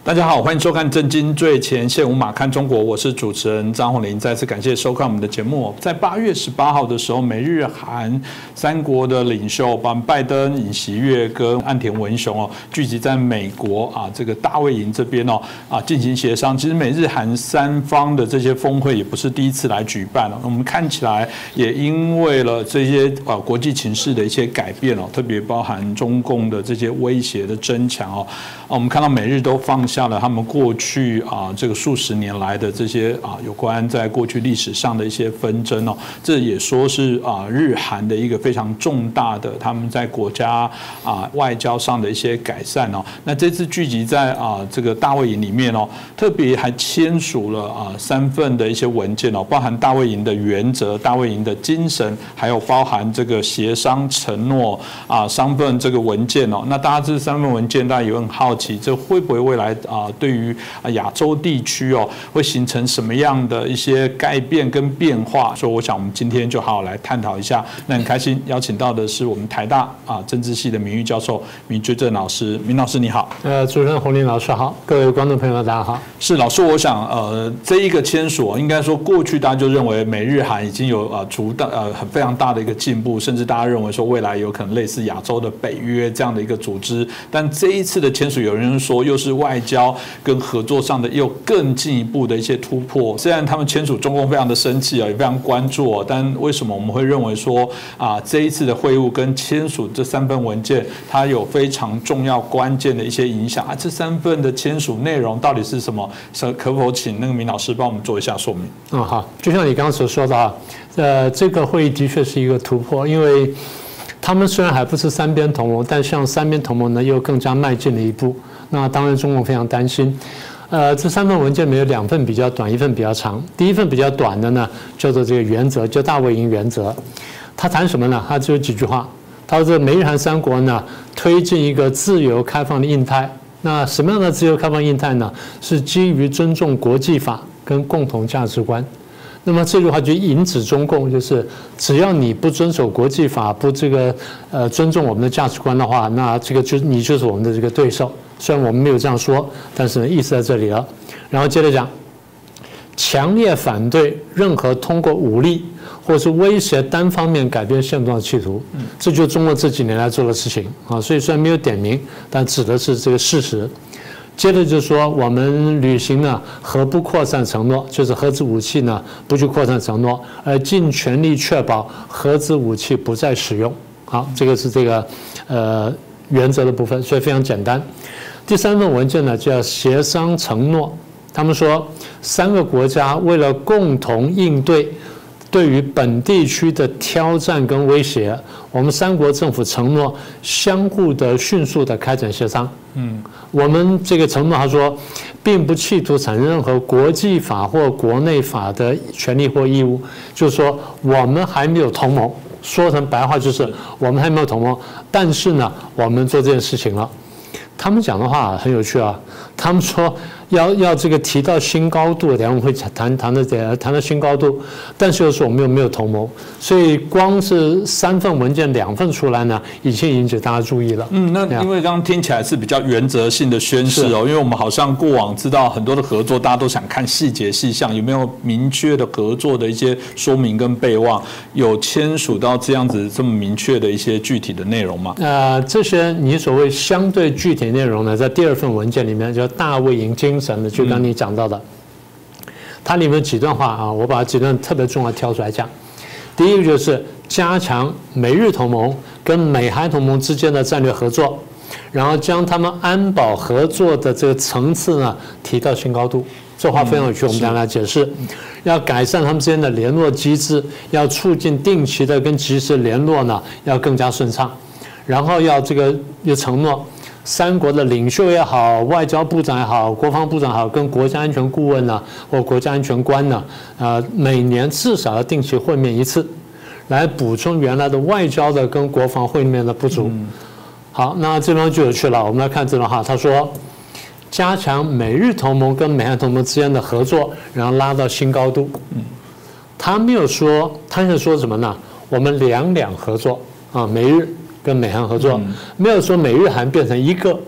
大家好，欢迎收看《震惊最前线》，无马看中国，我是主持人张宏林。再次感谢收看我们的节目。在8月18号的时候，美日韩三国的领袖，包括拜登、尹锡悦跟岸田文雄聚集在美国这个大卫营这边进行协商。其实美日韩三方的这些峰会也不是第一次来举办了。我们看起来也因为了这些国际情势的一些改变特别包含中共的这些威胁的增强我们看到美日都放下了他们过去这个数十年来的这些有关在过去历史上的一些纷争这也说是日韩的一个非常重大的他们在国家外交上的一些改善那这次聚集在这个大卫营里面特别还签署了3份的一些文件包含大卫营的原则、大卫营的精神，还有包含这个协商承诺3份这个文件那大家这3份文件大家也很好奇，这会不会未来对于亚洲地区会形成什么样的一些改变跟变化？所以我想我们今天就好好来探讨一下。那很开心邀请到的是我们台大政治系的名誉教授闵追正老师。闵老师你好。 主持人洪林老师好，各位观众朋友大家好。 是老师，我想这一个签署应该说过去大家就认为美日韩已经有非常大的一个进步，甚至大家认为说未来有可能类似亚洲的北约这样的一个组织。但这一次的签署，有人说又是外交跟合作上的又更进一步的一些突破。虽然他们签署，中共非常的生气也非常关注但为什么我们会认为说这一次的会晤跟签署这3份文件，它有非常重要关键的一些影响这3份的签署内容到底是什么？可否请那个闵老师帮我们做一下说明？ 好，就像你刚刚所说的这个会议的确是一个突破，因为他们虽然还不是3边同盟，但向3边同盟呢又更加迈进了一步。那当然，中共非常担心。这3份文件里面有2份比较短，1份比较长。第一份比较短的呢，叫做这个原则，叫大卫营原则。他谈什么呢？他只有几句话。他说，这美日韩3国呢，推进一个自由开放的印太。那什么样的自由开放印太呢？是基于尊重国际法跟共同价值观。那么这句话就引指中共，就是只要你不遵守国际法，不尊重我们的价值观的话，那这个你就是我们的这个对手。虽然我们没有这样说，但是意思在这里了。然后接着讲，强烈反对任何通过武力或是威胁单方面改变现状的企图。这就是中国这几年来做的事情所以虽然没有点名，但指的是这个事实。接着就说我们履行了核不扩散承诺，就是核子武器呢不去扩散承诺，而尽全力确保核子武器不再使用。好，这个是这个原则的部分，所以非常简单。第3份文件呢叫协商承诺，他们说3个国家为了共同应对对于本地区的挑战跟威胁，我们3国政府承诺相互的迅速的开展协商。我们这个承诺，他说，并不企图产生任何国际法或国内法的权利或义务，就是说我们还没有同盟，说成白话就是我们还没有同盟，但是呢，我们做这件事情了。他们讲的话很有趣他们说要这个提到新高度，等一下我们会谈到新高度，但是又说我们又没有同盟，所以光是3份文件2份出来呢，已经引起大家注意了。 那因为刚刚听起来是比较原则性的宣示因为我们好像过往知道很多的合作，大家都想看细节细项，有没有明确的合作的一些说明跟备忘，有签署到这样子这么明确的一些具体的内容吗？ 这些你所谓相对具体内容呢，在第2份文件里面叫大卫营精神的，就刚刚你讲到的，它里面几段话我把几段特别重要挑出来讲。第一个就是加强美日同盟跟美韩同盟之间的战略合作，然后将他们安保合作的这个层次呢提到新高度。这话非常有趣，我们等一下来解释。要改善他们之间的联络机制，要促进定期的跟及时联络呢，要更加顺畅。然后要承诺3国的领袖也好，外交部长也好，国防部长也好，跟国家安全顾问呢，或国家安全官呢，每年至少要定期会面1次，来补充原来的外交的跟国防会面的不足。好，那这段就有趣了，我们来看这段话，他说，加强美日同盟跟美韩同盟之间的合作，然后拉到新高度。他没有说，他是说什么呢？我们两合作美日跟美韩合作，没有说美日韩变成一个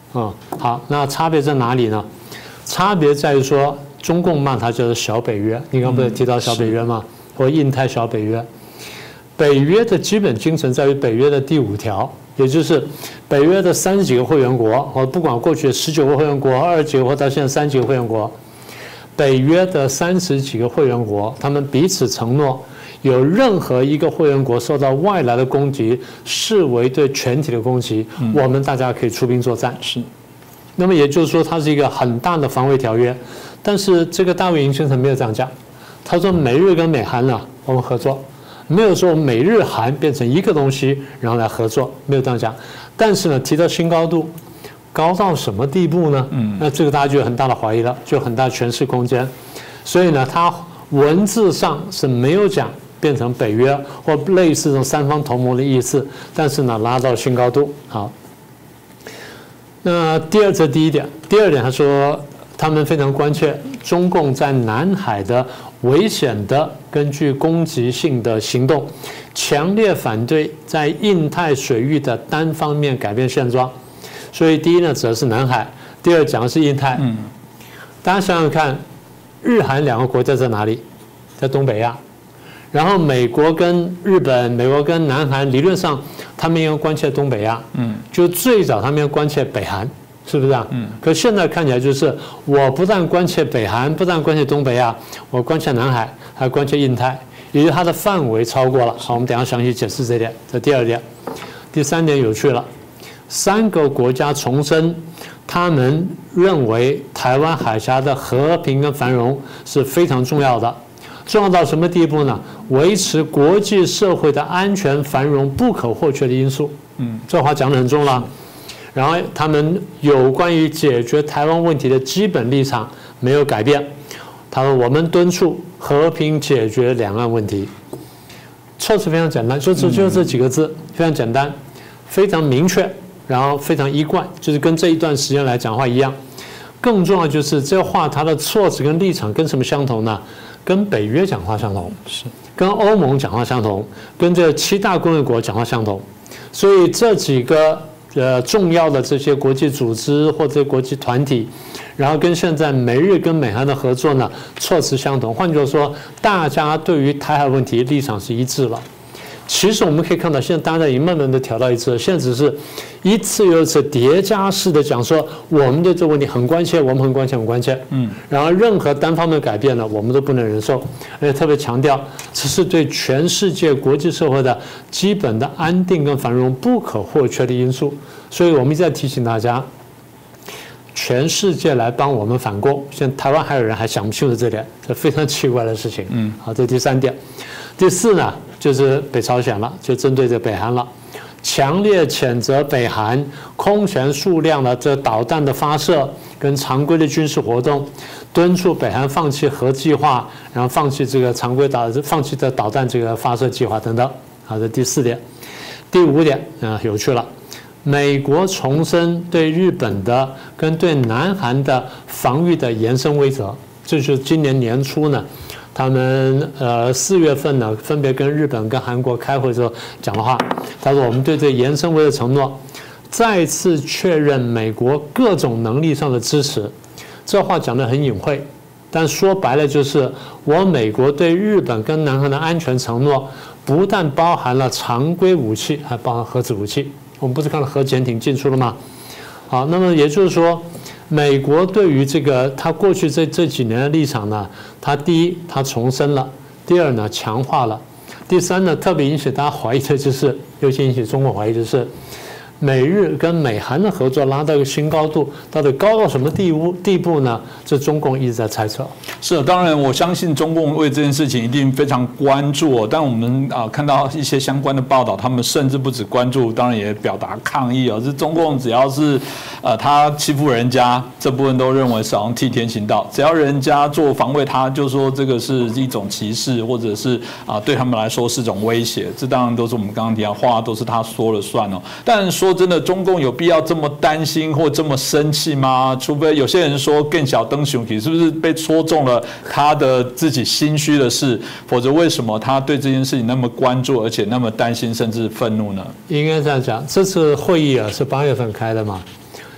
好，那差别在哪里呢？差别在于说，中共骂它叫做小北约，你刚不是提到小北约吗？或印太小北约。北约的基本精神在于北约的第5条，也就是北约的30几个会员国，或不管过去19个会员国、20几个或到现在3几个会员国，北约的30几个会员国，他们彼此承诺，有任何一个会员国受到外来的攻击，视为对全体的攻击，我们大家可以出兵作战。 是。 那么也就是说，它是一个很大的防卫条约。但是这个大卫营先生没有这样讲，他说美日跟美韩呢，我们合作。没有说美日韩变成一个东西，然后来合作，没有这样讲。但是呢，提到新高度，高到什么地步呢？那这个大家就有很大的怀疑了，就有很大的诠释空间。所以呢，它文字上是没有讲变成北约或类似这种3方同盟的意思，但是呢，拉到新高度。好，那这是第一点。第二点，他说他们非常关切中共在南海的危险的根据攻击性的行动，强烈反对在印太水域的单方面改变现状。所以第一呢，指的是南海；第二讲的是印太。大家想想看，日韩2个国家在哪里？在东北亚。然后美国跟日本、美国跟南韩，理论上他们应该关切东北亚。就最早他们要关切北韩。是不是啊？可现在看起来就是，我不但关切北韩，不但关切东北亚，我关切南海，还关切印太，也就是它的范围超过了。好，我们等一下详细解释这点。这第二点，第三点有趣了，3个国家重申，他们认为台湾海峡的和平跟繁荣是非常重要的，重要到什么地步呢？维持国际社会的安全繁荣不可或缺的因素。这话讲得很重了。然后他们有关于解决台湾问题的基本立场没有改变。他说：“我们敦促和平解决两岸问题。”措辞非常简单，就这几个字，非常简单，非常明确，然后非常一贯，就是跟这一段时间来讲话一样。更重要就是这话，它的措辞跟立场跟什么相同呢？跟北约讲话相同，是跟欧盟讲话相同，跟这7大工业国讲话相同。所以这几个重要的这些国际组织或者国际团体，然后跟现在美日跟美韩的合作呢，措辞相同。换句话说，大家对于台海问题立场是一致了。其实我们可以看到，现在大家已经慢慢的调到一致了。现在只是一次又一次叠加式的讲说，我们对这个问题很关切，我们很关切，很关切。然后任何单方面改变呢，我们都不能忍受，而且特别强调，这是对全世界国际社会的基本的安定跟繁荣不可或缺的因素。所以我们一直在提醒大家，全世界来帮我们反攻。现在台湾还有人还想不清楚这点，这非常奇怪的事情。好，这第3点。第4呢，就是北朝鲜了，就针对这北韩了，强烈谴责北韩空前数量的这导弹的发射跟常规的军事活动，敦促北韩放弃核计划，然后放弃这个常规放弃的导弹这个发射计划等等。好，这第4点。第5点有趣了。美国重申对日本的跟对南韩的防御的延伸规则，这就是今年年初呢，他们4月份呢分别跟日本跟韩国开会的时候讲的话。他说我们对这延伸规则承诺，再次确认美国各种能力上的支持。这话讲得很隐晦，但说白了就是我美国对日本跟南韩的安全承诺，不但包含了常规武器，还包含核子武器。我们不是看到核潜艇进出了吗？好，那么也就是说，美国对于这个他过去这几年的立场呢，他第一，他重申了；第二呢，强化了；第三呢，特别引起大家怀疑的就是，尤其引起中国怀疑的是，美日跟美韩的合作拉到一个新高度，到底高到什么地步呢？这中共一直在猜测。 是，当然我相信中共为这件事情一定非常关注但我们看到一些相关的报道，他们甚至不止关注，当然也表达抗议这中共只要是他欺负人家，这部分都认为是好像替天行道，只要人家做防卫他，就说这个是一种歧视，或者是对他们来说是种威胁。这当然都是我们刚刚提到话都是他说了算但说真的，中共有必要这么担心或这么生气吗？除非有些人说更小灯熊体是不是被戳中了他的自己心虚的事，否则为什么他对这件事情那么关注，而且那么担心甚至愤怒呢？ 应该这样讲，这次会议是8月份开的嘛，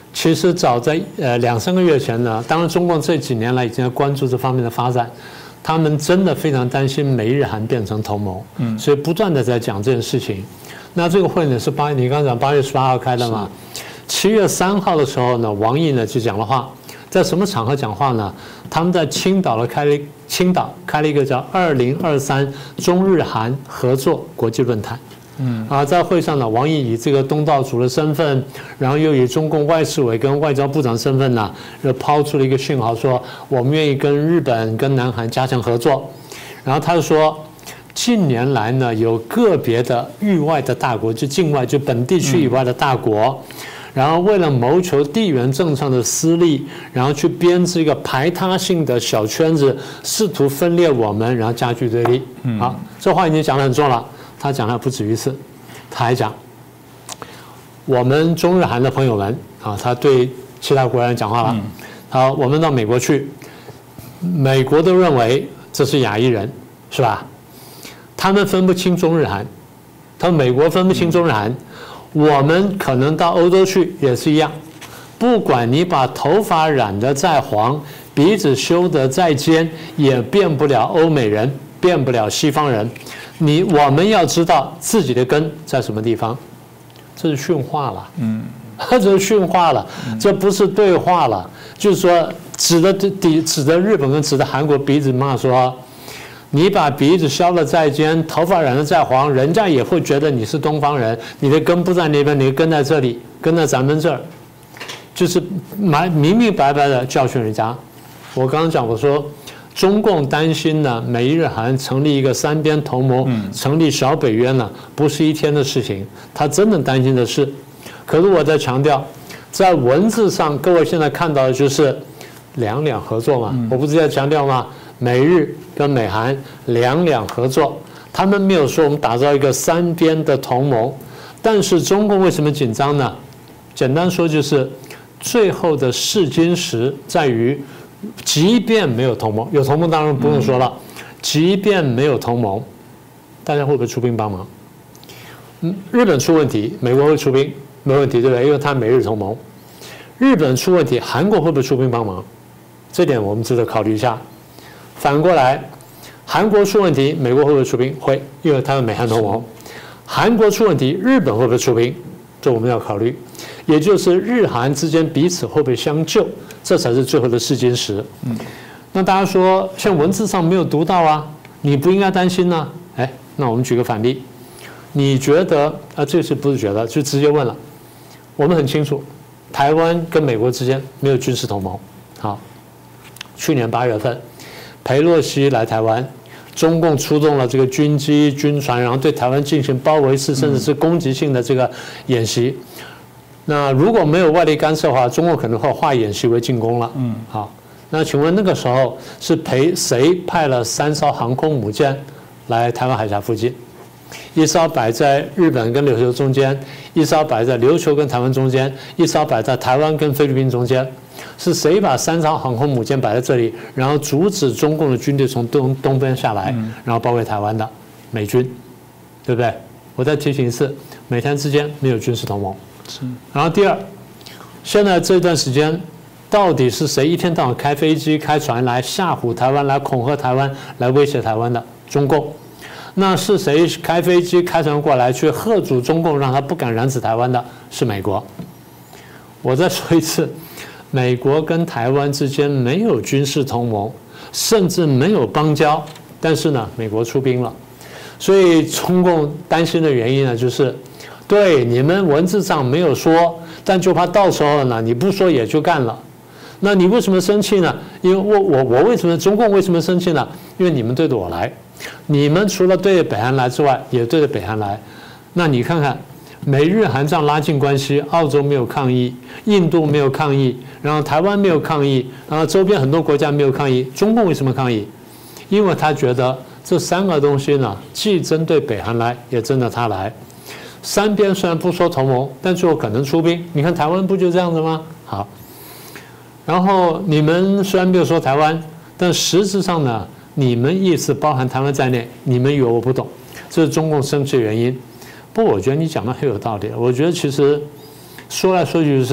其实早在2-3个月前呢，当然中共这几年来已经在关注这方面的发展，他们真的非常担心美日韩变成同盟，所以不断的在讲这件事情。那这个会呢是你刚讲8月18号开的嘛，7月3号的时候呢，王毅呢就讲了话，在什么场合讲话呢？他们在青岛开了一个叫2023中日韩合作国际论坛。在会上呢，王毅以这个东道主的身份，然后又以中共外事委跟外交部长身份呢，又抛出了一个讯号，说我们愿意跟日本、跟南韩加强合作。然后他就说，近年来呢，有个别的域外的大国，就境外就本地区以外的大国，然后为了谋求地缘政上的私利，然后去编织一个排他性的小圈子，试图分裂我们，然后加剧对立。好，这话已经讲得很重了。他讲的不止一次，他还讲，我们中日韩的朋友们他对其他国家人讲话了。好，我们到美国去，美国都认为这是亚裔人，是吧？他们分不清中日韩，美国分不清中日韩，我们可能到欧洲去也是一样，不管你把头发染得再黄，鼻子修得再尖，也变不了欧美人，变不了西方人。我们要知道自己的根在什么地方，这是训话了，这是训话了，这不是对话了。就是说，指着日本跟指着韩国鼻子骂说，你把鼻子削得再尖，头发染得再黄，人家也会觉得你是东方人，你的根不在那边，你的根在这里，根在咱们这儿，就是明明白白的教训人家。我刚刚讲，我说。中共担心呢，美日韩成立一个3边同盟，成立小北约呢，不是一天的事情。他真的担心的是，可是我在强调，在文字上，各位现在看到的就是两合作嘛，我不是在强调吗？美日跟美韩两合作，他们没有说我们打造一个3边的同盟。但是中共为什么紧张呢？简单说就是，最后的试金石在于。即便没有同盟，有同盟当然不用说了。即便没有同盟，大家会不会出兵帮忙？日本出问题，美国会出兵，没问题，对不对？因为它美日同盟。日本出问题，韩国会不会出兵帮忙？这点我们值得考虑一下。反过来，韩国出问题，美国会不会出兵？会，因为它是美韩同盟。韩国出问题，日本会不会出兵？这我们要考虑。也就是日韩之间彼此会不会相救？这才是最后的试金石。那大家说，像文字上没有读到啊，你不应该担心呢？那我们举个反例，你觉得这次不是觉得，就直接问了。我们很清楚，台湾跟美国之间没有军事同盟。好，去年8月份，裴洛西来台湾，中共出动了这个军机、军船，然后对台湾进行包围式甚至是攻击性的这个演习。那如果没有外力干涉的话，中国可能会化演习为进攻了。好，那请问那个时候是谁派了3艘航空母舰来台湾海峡附近？一艘摆在日本跟琉球中间，一艘摆在琉球跟台湾中间，一艘摆在台湾跟菲律宾中间。是谁把3艘航空母舰摆在这里，然后阻止中共的军队从东边下来，然后包围台湾的？美军，对不对？我再提醒一次，美台之间没有军事同盟。然后第二，现在这段时间，到底是谁一天到晚开飞机、开船来吓唬台湾、来恐吓台湾、来威胁台湾的？中共。那是谁开飞机、开船过来去吓阻中共，让他不敢染指台湾的？是美国。我再说一次，美国跟台湾之间没有军事同盟，甚至没有邦交，但是呢，美国出兵了。所以中共担心的原因呢，就是对你们文字上没有说，但就怕到时候呢，你不说也就干了。那你为什么生气呢？因为我为什么中共为什么生气呢？因为你们对着我来，你们除了对着北韩来之外，也对着北韩来。那你看看，美日韩这样拉近关系，澳洲没有抗议，印度没有抗议，然后台湾没有抗议，然后周边很多国家没有抗议，中共为什么抗议？因为他觉得这3个东西呢，既针对北韩来，也针对他来。3边虽然不说同盟，但最后可能出兵。你看台湾不就这样子吗？好，然后你们虽然没有说台湾，但实质上呢，你们意思包含台湾在内，你们以为我不懂，这是中共生气的原因。不过我觉得你讲的很有道理。我觉得其实说来说去就是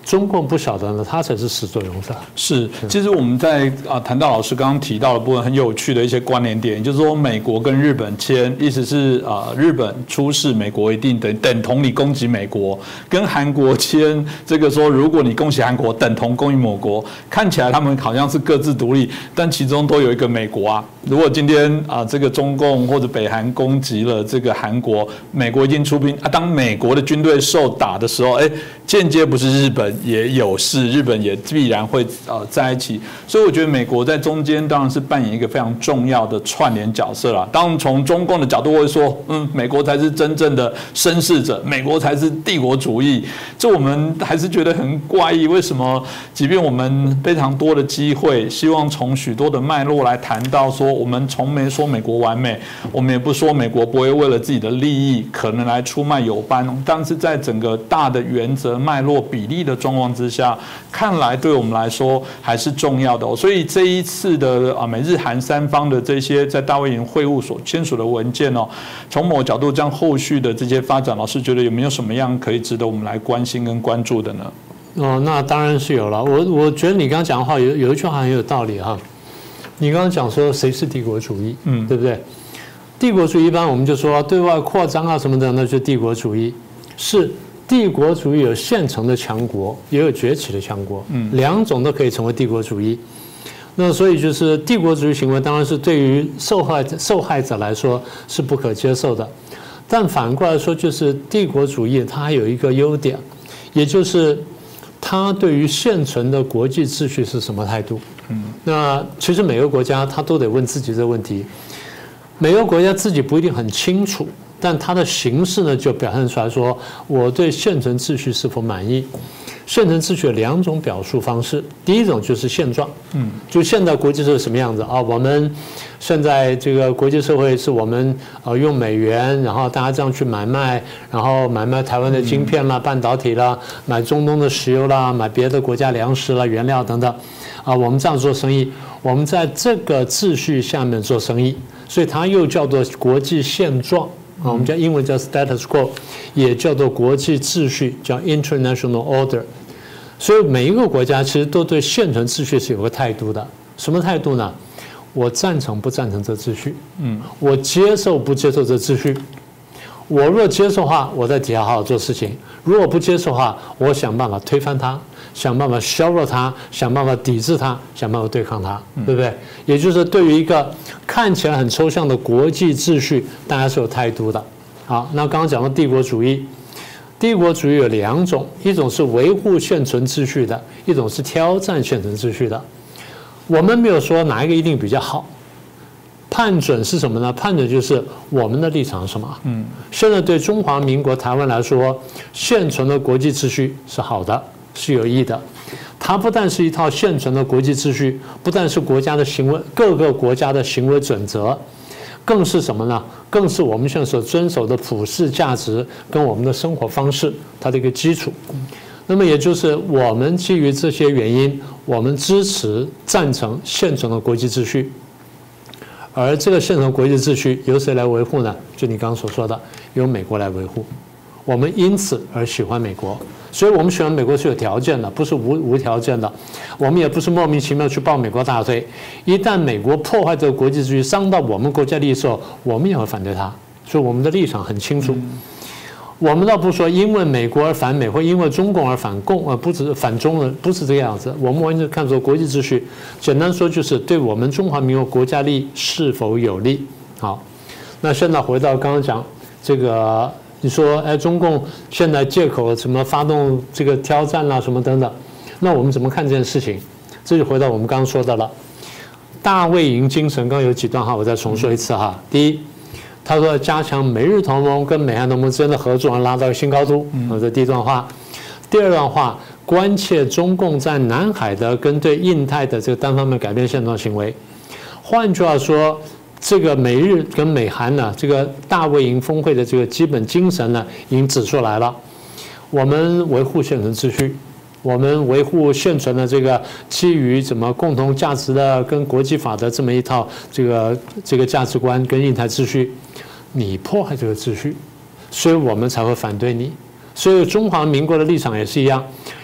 中共不晓得呢，他才是始作俑者。 是，其实我们在谈到老师刚刚提到的部分很有趣的一些关联点，也就是说美国跟日本签，意思是日本出事，美国一定等同你攻击美国；跟韩国签这个说，如果你攻击韩国，等同攻击某国。看起来他们好像是各自独立，但其中都有一个美国啊。如果今天这个中共或者北韩攻击了这个韩国，美国已经出兵啊，当美国的军队受打的时候，间接不是日本也有事，日本也必然会在一起，所以我觉得美国在中间当然是扮演一个非常重要的串联角色啦。当然从中共的角度会说，美国才是真正的绅士者，美国才是帝国主义，这我们还是觉得很怪异。为什么？即便我们非常多的机会，希望从许多的脉络来谈到说，我们从没说美国完美，我们也不说美国不会为了自己的利益可能来出卖友邦，但是在整个大的原则脉络比例的状况之下，看来对我们来说还是重要的。所以这一次的美日韩三方的这些在大卫营会晤所签署的文件从某角度将后续的这些发展，老师觉得有没有什么样可以值得我们来关心跟关注的呢？ 那当然是有了。我觉得你刚刚讲的话有一句话很有道理哈。你刚刚讲说谁是帝国主义，对不对？帝国主义一般我们就说对外扩张啊什么的，那就是帝国主义。是帝国主义有现成的强国，也有崛起的强国，两种都可以成为帝国主义。那所以就是帝国主义行为，当然是对于受害者来说是不可接受的。但反过来说，就是帝国主义它还有一个优点，也就是它对于现存的国际秩序是什么态度？那其实每个国家它都得问自己这个问题。每个国家自己不一定很清楚，但它的形式呢就表现出来说，我对现存秩序是否满意。现存秩序有两种表述方式，第一种就是现状，就现在国际社会什么样子啊？我们现在这个国际社会是我们用美元，然后大家这样去买卖，然后买卖台湾的晶片啦、半导体啦，买中东的石油啦，买别的国家粮食啦、原料等等，我们这样做生意，我们在这个秩序下面做生意，所以它又叫做国际现状。我们叫英文叫 status quo， 也叫做国际秩序，叫 international order。所以每一个国家其实都对现存秩序是有个态度的。什么态度呢？我赞成不赞成这秩序？我接受不接受这秩序？我若接受的话，我在底下好好做事情；如果不接受的话，我想办法推翻它，想办法削弱它，想办法抵制它，想办法对抗它，对不对？也就是对于一个看起来很抽象的国际秩序，大家是有态度的。好，那刚刚讲到帝国主义，帝国主义有两种，一种是维护现存秩序的，一种是挑战现存秩序的。我们没有说哪一个一定比较好。判准是什么呢？判准就是我们的立场是什么。现在对中华民国台湾来说，现存的国际秩序是好的，是有益的。它不但是一套现存的国际秩序，不但是国家的行为，各个国家的行为准则，更是什么呢？更是我们现在所遵守的普世价值跟我们的生活方式它的一个基础。那么也就是我们基于这些原因，我们支持赞成现存的国际秩序。而这个现存国际秩序由谁来维护呢？就你刚刚所说的，由美国来维护。我们因此而喜欢美国，所以我们喜欢美国是有条件的，不是无条件的。我们也不是莫名其妙去抱美国大腿。一旦美国破坏这个国际秩序，伤到我们国家利益的时候，我们也会反对它。所以我们的立场很清楚。我们倒不说因为美国而反美，或因为中共而反共，不是反中了，不是这个样子。我们完全看作国际秩序，简单说就是对我们中华民国国家利益是否有利。好，那现在回到刚刚讲这个，你说中共现在借口什么发动这个挑战啦什么等等，那我们怎么看这件事情？这就回到我们刚刚说的了，大卫营精神。刚刚有几段话，我再重说一次哈。第一，他说加强美日同盟跟美韩同盟之间的合作，拉到新高度。这第一段话。第二段话，关切中共在南海的跟对印太的这个单方面改变现状行为。换句话说，这个美日跟美韩呢，这个大卫营峰会的这个基本精神呢，已经指出来了。我们维护现存秩序，我们维护现存的这个基于怎么共同价值的跟国际法的这么一套这个价值观跟印太秩序。你破坏这个秩序，所以我们才会反对你。所以中华民国的立场也是一样，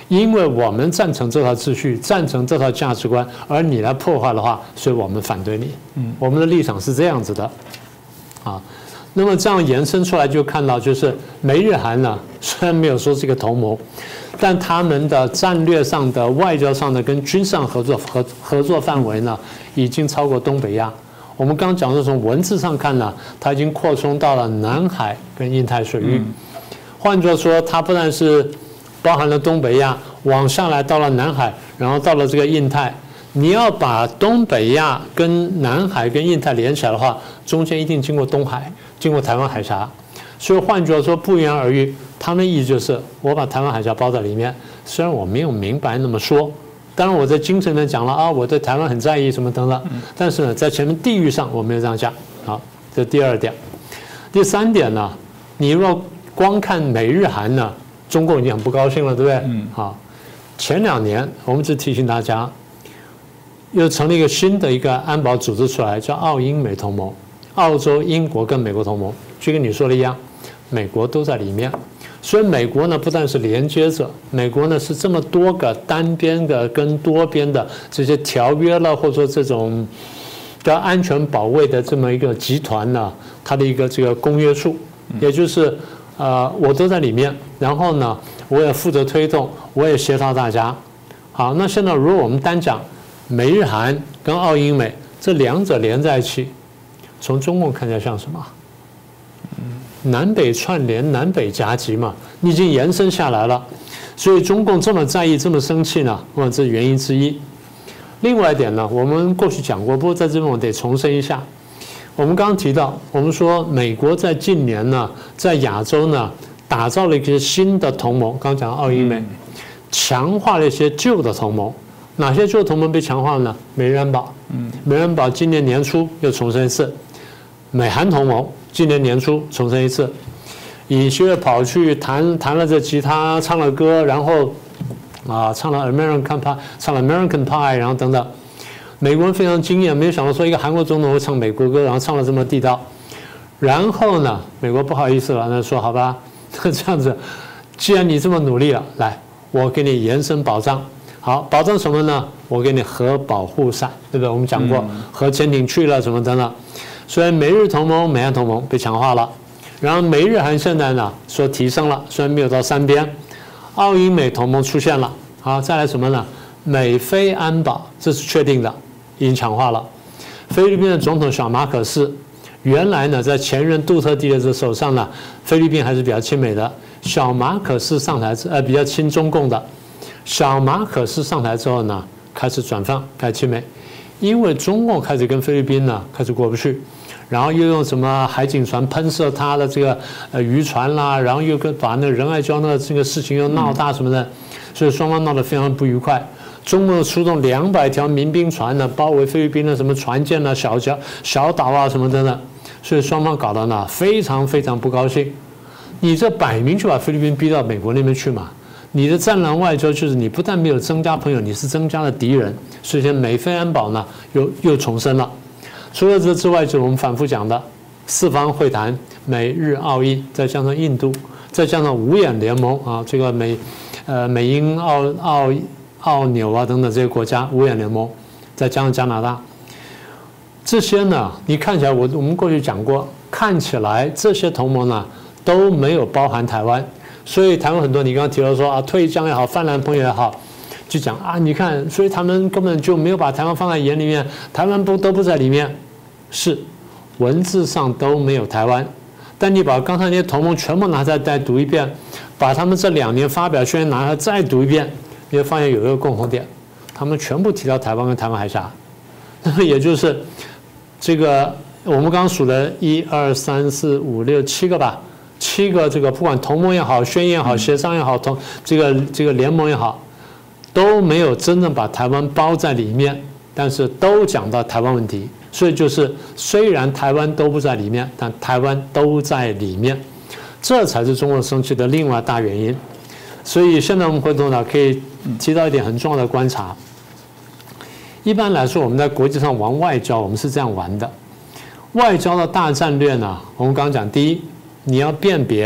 因为我们赞成这套秩序，赞成这套价值观，而你来破坏的话，所以我们反对你。我们的立场是这样子的，啊。那么这样延伸出来就看到，就是美日韩呢，虽然没有说是一个同盟，但他们的战略上的、外交上的跟军事上合作范围呢，已经超过东北亚。我们刚刚讲的从文字上看呢，它已经扩充到了南海跟印太水域。换作说，它不但是包含了东北亚，往下来到了南海，然后到了这个印太。你要把东北亚跟南海跟印太连起来的话，中间一定经过东海，经过台湾海峡。所以换句话说，不言而喻，他们的意思就是我把台湾海峡包在里面。虽然我没有明白那么说，当然我在精神上讲了啊，我对台湾很在意什么等等，但是呢，在前面地域上我没有这样讲。好，这第二点。第三点呢，你若光看美日韩呢，中共已经很不高兴了，对不对？好，前2年我们只提醒大家。又成立一个新的一个安保组织出来，叫澳英美同盟，澳洲、英国跟美国同盟，就跟你说的一样，美国都在里面。所以美国呢不但是连接者，美国呢是这么多个单边的跟多边的这些条约了，或者说这种叫安全保卫的这么一个集团呢，它的一个这个公约数，也就是我都在里面，然后呢我也负责推动，我也协调大家。好，那现在如果我们单讲美日韩跟澳英美这两者连在一起，从中共看起来像什么？南北串联、南北夹击嘛，你已经延伸下来了。所以中共这么在意、这么生气呢，这是原因之一。另外一点呢，我们过去讲过，不过在这边我得重申一下。我们刚刚提到，我们说美国在近年呢，在亚洲呢，打造了一些新的同盟，刚刚讲澳英美，强化了一些旧的同盟。哪些旧同盟被强化了呢？美日安保，美日安保今年年初又重申一次；美韩同盟今年年初重申一次。尹锡悦跑去弹了这吉他，唱了歌，然后唱了 American Pie， 然后等等。美国人非常惊艳，没有想到说一个韩国总统会唱美国歌，然后唱了这么地道。然后呢，美国不好意思了，那说好吧，这样子，既然你这么努力了，来，我给你延伸保障。好，保障什么呢？我给你核保护伞，对不对？我们讲过，核潜艇去了什么等等。所以美日同盟、美韩同盟被强化了，然后美日韩现在呢说提升了，虽然没有到3边，澳英美同盟出现了。好，再来什么呢？美菲安保，这是确定的，已经强化了。菲律宾的总统小马可仕，原来呢在前任杜特地的这手上呢，菲律宾还是比较亲美的，小马可仕上台比较亲中共的。小马可仕上台之后呢，开始转向，开始亲美，因为中共开始跟菲律宾呢开始过不去，然后又用什么海警船喷射他的这个渔船啦，然后又把那个仁爱礁那个这个事情又闹大什么的，所以双方闹得非常不愉快。中共出动200条民兵船呢，包围菲律宾的什么船舰啊、小岛啊什么的呢，所以双方搞得呢非常非常不高兴。你这摆明就把菲律宾逼到美国那边去嘛。你的战狼外交就是你不但没有增加朋友，你是增加了敌人。所以现在美菲安保呢又重申了。除了这之外，就是我们反复讲的4方会谈，美日澳印，再加上印度，再加上5眼联盟啊，这个美英澳纽啊等等这些国家5眼联盟，再加上加拿大，这些呢，你看起来我们过去讲过，看起来这些同盟呢都没有包含台湾。所以台湾很多，你刚刚提到说退将也好，泛蓝朋友也好，就讲你看，所以他们根本就没有把台湾放在眼里面，台湾都不在里面，是文字上都没有台湾，但你把刚才那些同盟全部拿出来再读一遍，把他们这2年发表宣言拿出来再读一遍，你会发现有一个共同点，他们全部提到台湾跟台湾海峡，那么也就是这个我们刚刚数了1、2、3、4、5、6、7个吧。7个这个不管同盟也好、宣言也好、协商也好、这个联盟也好，都没有真正把台湾包在里面，但是都讲到台湾问题。所以就是虽然台湾都不在里面，但台湾都在里面，这才是中国生气的另外大原因。所以现在我们回头呢，可以提到一点很重要的观察。一般来说，我们在国际上玩外交，我们是这样玩的。外交的大战略呢，我们刚刚讲，第一，你要辨别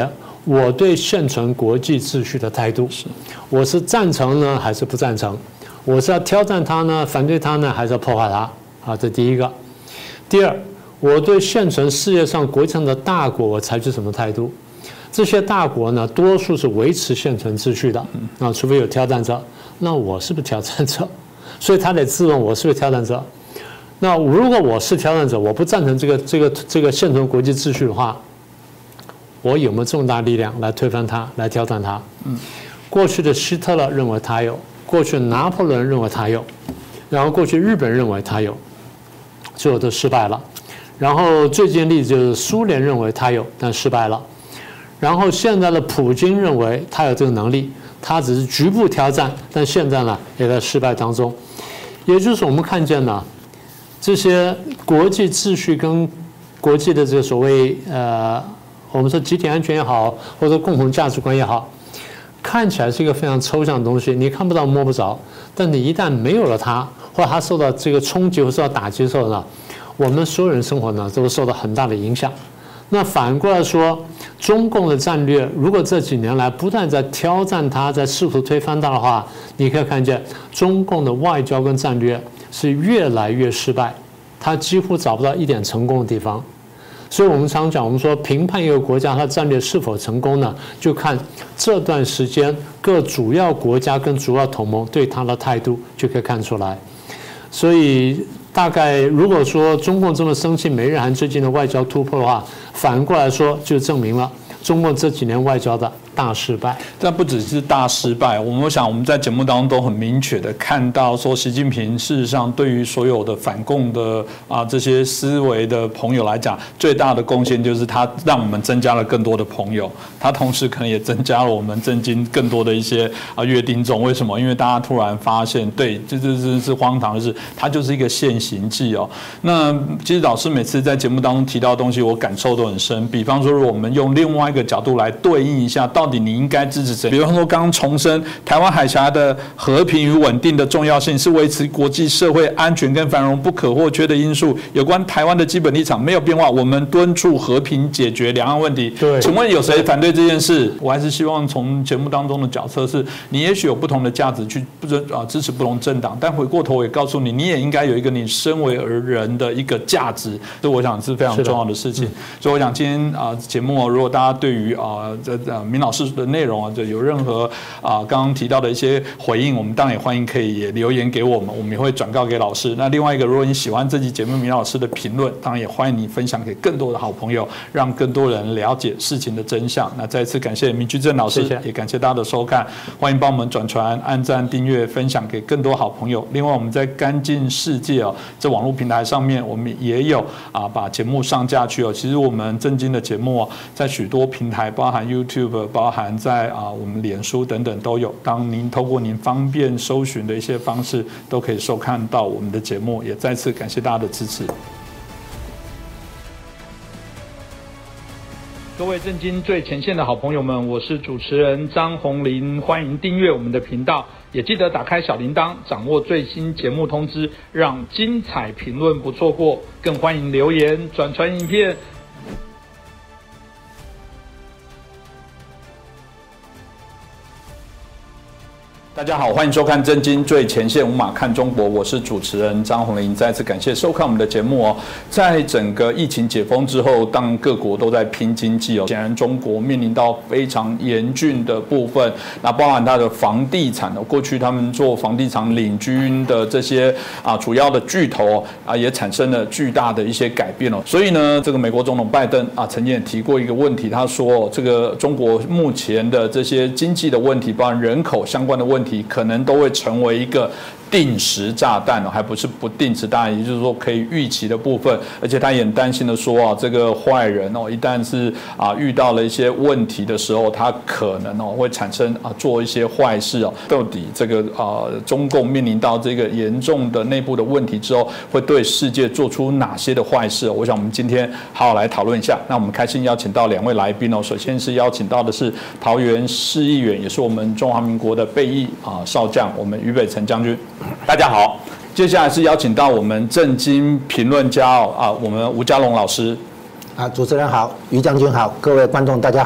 我对现存国际秩序的态度，我是赞成呢还是不赞成？我是要挑战它呢，反对它呢，还是要破坏它？啊，这第一个。第二，我对现存世界上国际上的大国，我采取什么态度？这些大国呢，多数是维持现存秩序的，啊，除非有挑战者，那我是不是挑战者？所以他得自问我是不是挑战者。那如果我是挑战者，我不赞成这个现存国际秩序的话，我有没有重大力量来推翻它，来挑战它？过去的希特勒认为他有，过去的拿破仑认为他有，然后过去日本认为他有，最后都失败了。然后最近的例子就是苏联认为他有，但失败了。然后现在的普京认为他有这个能力，他只是局部挑战，但现在呢也在失败当中。也就是我们看见呢，这些国际秩序跟国际的这个所谓我们说集体安全也好，或者共同价值观也好，看起来是一个非常抽象的东西，你看不到摸不着，但你一旦没有了它，或者它受到这个冲击或受到打击的时候呢，我们所有人生活呢都会受到很大的影响。那反过来说，中共的战略如果这几年来不断在挑战它，在试图推翻它的话，你可以看见中共的外交跟战略是越来越失败，它几乎找不到一点成功的地方。所以我们常讲，我们说评判一个国家它战略是否成功呢，就看这段时间各主要国家跟主要同盟对它的态度就可以看出来。所以大概如果说中共这么生气美日韩最近的外交突破的话，反过来说就证明了中共这几年外交的大失败。 但不只是大失败，我想我们在节目当中都很明确的看到，说习近平事实上对于所有的反共的这些思维的朋友来讲，最大的贡献就是他让我们增加了更多的朋友，他同时可能也增加了我们政经更多的一些阅听众。为什么？因为大家突然发现，对，这是荒唐的是，它就是一个现行记哦。那其实老师每次在节目当中提到的东西，我感受都很深。比方说，如果我们用另外一个角度来对应一下，到底你应该支持谁？比方说，刚刚重申台湾海峡的和平与稳定的重要性是维持国际社会安全跟繁荣不可或缺的因素。有关台湾的基本立场没有变化，我们敦促和平解决两岸问题。 对， 请问有谁反对这件事？我还是希望从节目当中的角色是，你也许有不同的价值去支持不同政党，但回过头也告诉你，你也应该有一个你身为人的一个价值，这我想是非常重要的事情。所以我想今天节目如果大家对于明老师的内容就有任何刚刚提到的一些回应，我们当然也欢迎可以也留言给我们，我们也会转告给老师。那另外一个，如果你喜欢这期节目明老师的评论，当然也欢迎你分享给更多的好朋友，让更多人了解事情的真相。那再次感谢明居正老师，也感谢大家的收看，欢迎帮我们转传、按赞、订阅、分享给更多好朋友。另外，我们在干净世界这网络平台上面，我们也有把节目上架去其实我们正经的节目在许多平台，包含 YouTube， 包含在我们脸书等等都有。当您透过您方便搜寻的一些方式，都可以收看到我们的节目。也再次感谢大家的支持。各位震惊最前线的好朋友们，我是主持人张宏林，欢迎订阅我们的频道，也记得打开小铃铛，掌握最新节目通知，让精彩评论不错过。更欢迎留言、转传影片。大家好，欢迎收看《震惊最前线》，无马看中国，我是主持人张宏林。再次感谢收看我们的节目在整个疫情解封之后，当各国都在拼经济显然中国面临到非常严峻的部分，那包含它的房地产过去他们做房地产领军的这些主要的巨头也产生了巨大的一些改变所以呢，这个美国总统拜登曾经也提过一个问题，他说这个中国目前的这些经济的问题，包含人口相关的问题，可能都会成为一个定时炸弹还不是不定时炸弹，也就是说可以预期的部分。而且他也很担心的说这个坏人一旦是遇到了一些问题的时候，他可能会产生做一些坏事到底这个中共面临到这个严重的内部的问题之后，会对世界做出哪些的坏事？我想我们今天好好来讨论一下。那我们开心邀请到两位来宾首先是邀请到的是桃园市议员，也是我们中华民国的备役少将，我们于北辰将军。大家好，接下来是邀请到我们政经评论家我们吴家龙老师。 主持人好，于将军好，各位观众大家好。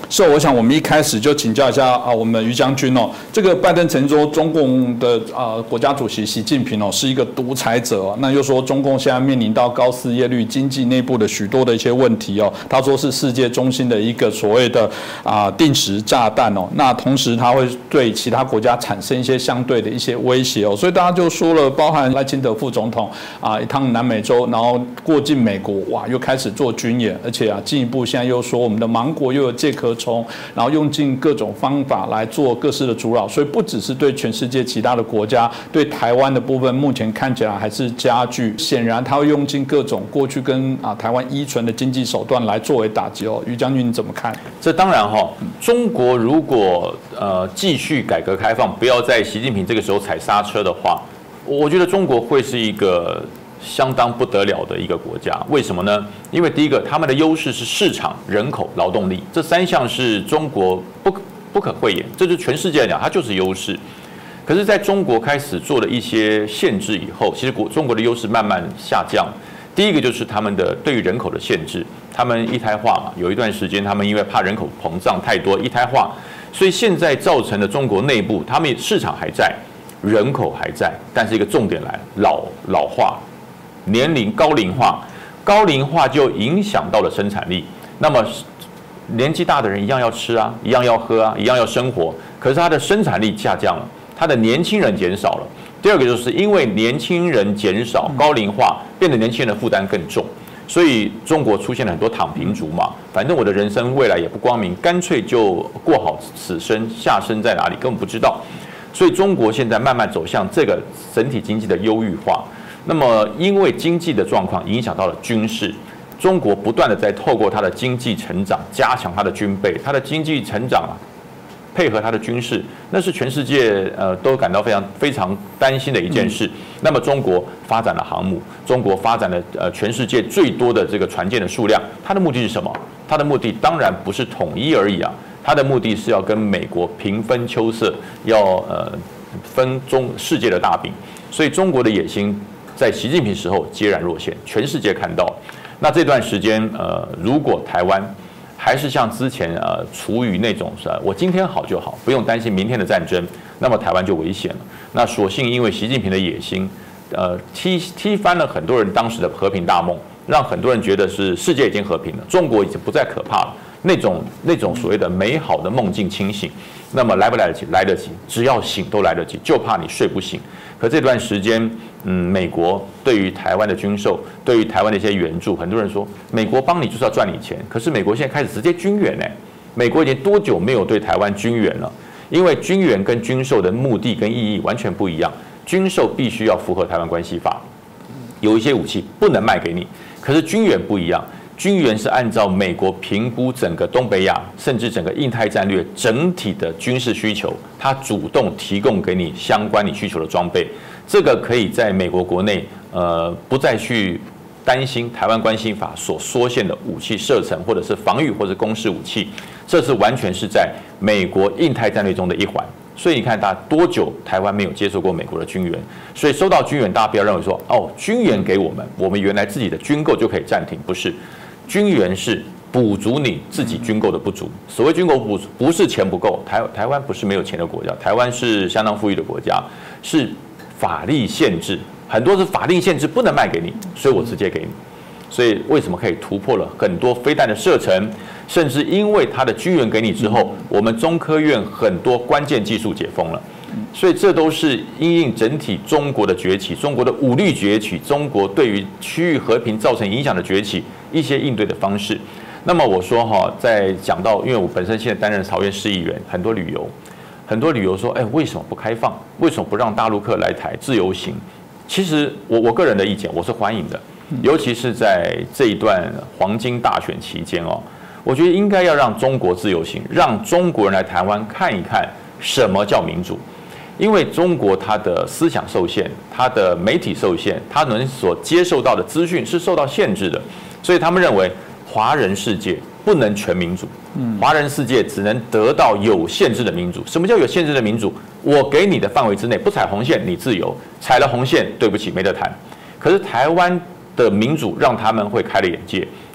是，我想我们一开始就请教一下我们于将军哦，这个拜登曾说中共的国家主席习近平是一个独裁者，那又说中共现在面临到高失业率、经济内部的许多的一些问题他说是世界中心的一个所谓的定时炸弹那同时他会对其他国家产生一些相对的一些威胁所以大家就说了，包含赖清德副总统一趟南美洲，然后过境美国，哇，又开始做军演，而且进一步现在又说我们的芒果又有介壳虫，然后用尽各种方法来做各式的阻扰，所以不只是对全世界其他的国家，对台湾的部分目前看起来还是加剧。显然他会用尽各种过去跟台湾依存的经济手段来作为打击于将军你怎么看？ 这当然中国如果继续改革开放，不要在习近平这个时候踩刹车的话，我觉得中国会是一个相当不得了的一个国家。为什么呢？因为第一个，他们的优势是市场、人口、劳动力，这三项是中国不可讳言，这是全世界来讲，它就是优势。可是，在中国开始做了一些限制以后，其实中国的优势慢慢下降。第一个就是他们的对于人口的限制，他们一胎化嘛，有一段时间他们因为怕人口膨胀太多，一胎化，所以现在造成的中国内部，他们市场还在，人口还在，但是一个重点来了，老化。年龄高龄化就影响到了生产力。那么年纪大的人一样要吃啊，一样要喝啊，一样要生活，可是他的生产力下降了，他的年轻人减少了。第二个就是因为年轻人减少，高龄化变得年轻人的负担更重，所以中国出现了很多躺平族嘛，反正我的人生未来也不光明，干脆就过好此生，下生在哪里根本不知道。所以中国现在慢慢走向这个整体经济的忧郁化。那么，因为经济的状况影响到了军事，中国不断的在透过它的经济成长加强它的军备，它的经济成长配合它的军事，那是全世界都感到非常担心的一件事。那么，中国发展了航母，中国发展了全世界最多的这个船舰的数量，它的目的是什么？它的目的当然不是统一而已啊，它的目的是要跟美国平分秋色，要分世界的大饼。所以，中国的野心在习近平时候截然若现，全世界看到。那这段时间，如果台湾还是像之前处于那种我今天好就好，不用担心明天的战争，那么台湾就危险了。那所幸因为习近平的野心，踢翻了很多人当时的和平大梦，让很多人觉得是世界已经和平了，中国已经不再可怕了。那种所谓的美好的梦境清醒，那么来不来得及？来得及，只要醒都来得及，就怕你睡不醒。可这段时间，美国对于台湾的军售，对于台湾的一些援助，很多人说美国帮你就是要赚你钱，可是美国现在开始直接军援美国已经多久没有对台湾军援了？因为军援跟军售的目的跟意义完全不一样，军售必须要符合台湾关系法，有一些武器不能卖给你，可是军援不一样。军援是按照美国评估整个东北亚甚至整个印太战略整体的军事需求，它主动提供给你相关你需求的装备，这个可以在美国国内不再去担心台湾关系法所缩限的武器射程或者是防御或者攻势武器，这是完全是在美国印太战略中的一环。所以你看，大家多久台湾没有接受过美国的军援？所以收到军援，大家不要认为说军援给我们原来自己的军购就可以暂停，不是。军援是补足你自己军购的不足。所谓军购不足，不是钱不够，台湾不是没有钱的国家，台湾是相当富裕的国家，是法律限制，很多是法令限制不能卖给你，所以我直接给你。所以为什么可以突破了很多飞弹的射程，甚至因为它的军援给你之后，我们中科院很多关键技术解封了。所以这都是因应整体中国的崛起，中国的武力崛起，中国对于区域和平造成影响的崛起，一些应对的方式。那么我说在讲到，因为我本身现在担任桃园市议员，很多旅游说，为什么不开放？为什么不让大陆客来台自由行？其实我个人的意见，我是欢迎的，尤其是在这一段黄金大选期间我觉得应该要让中国自由行，让中国人来台湾看一看什么叫民主。因为中国它的思想受限，它的媒体受限，它能所接受到的资讯是受到限制的，所以他们认为华人世界不能全民主，华人世界只能得到有限制的民主。什么叫有限制的民主？我给你的范围之内不踩红线，你自由；踩了红线，对不起，没得谈。可是台湾的民主让他们会开了眼界，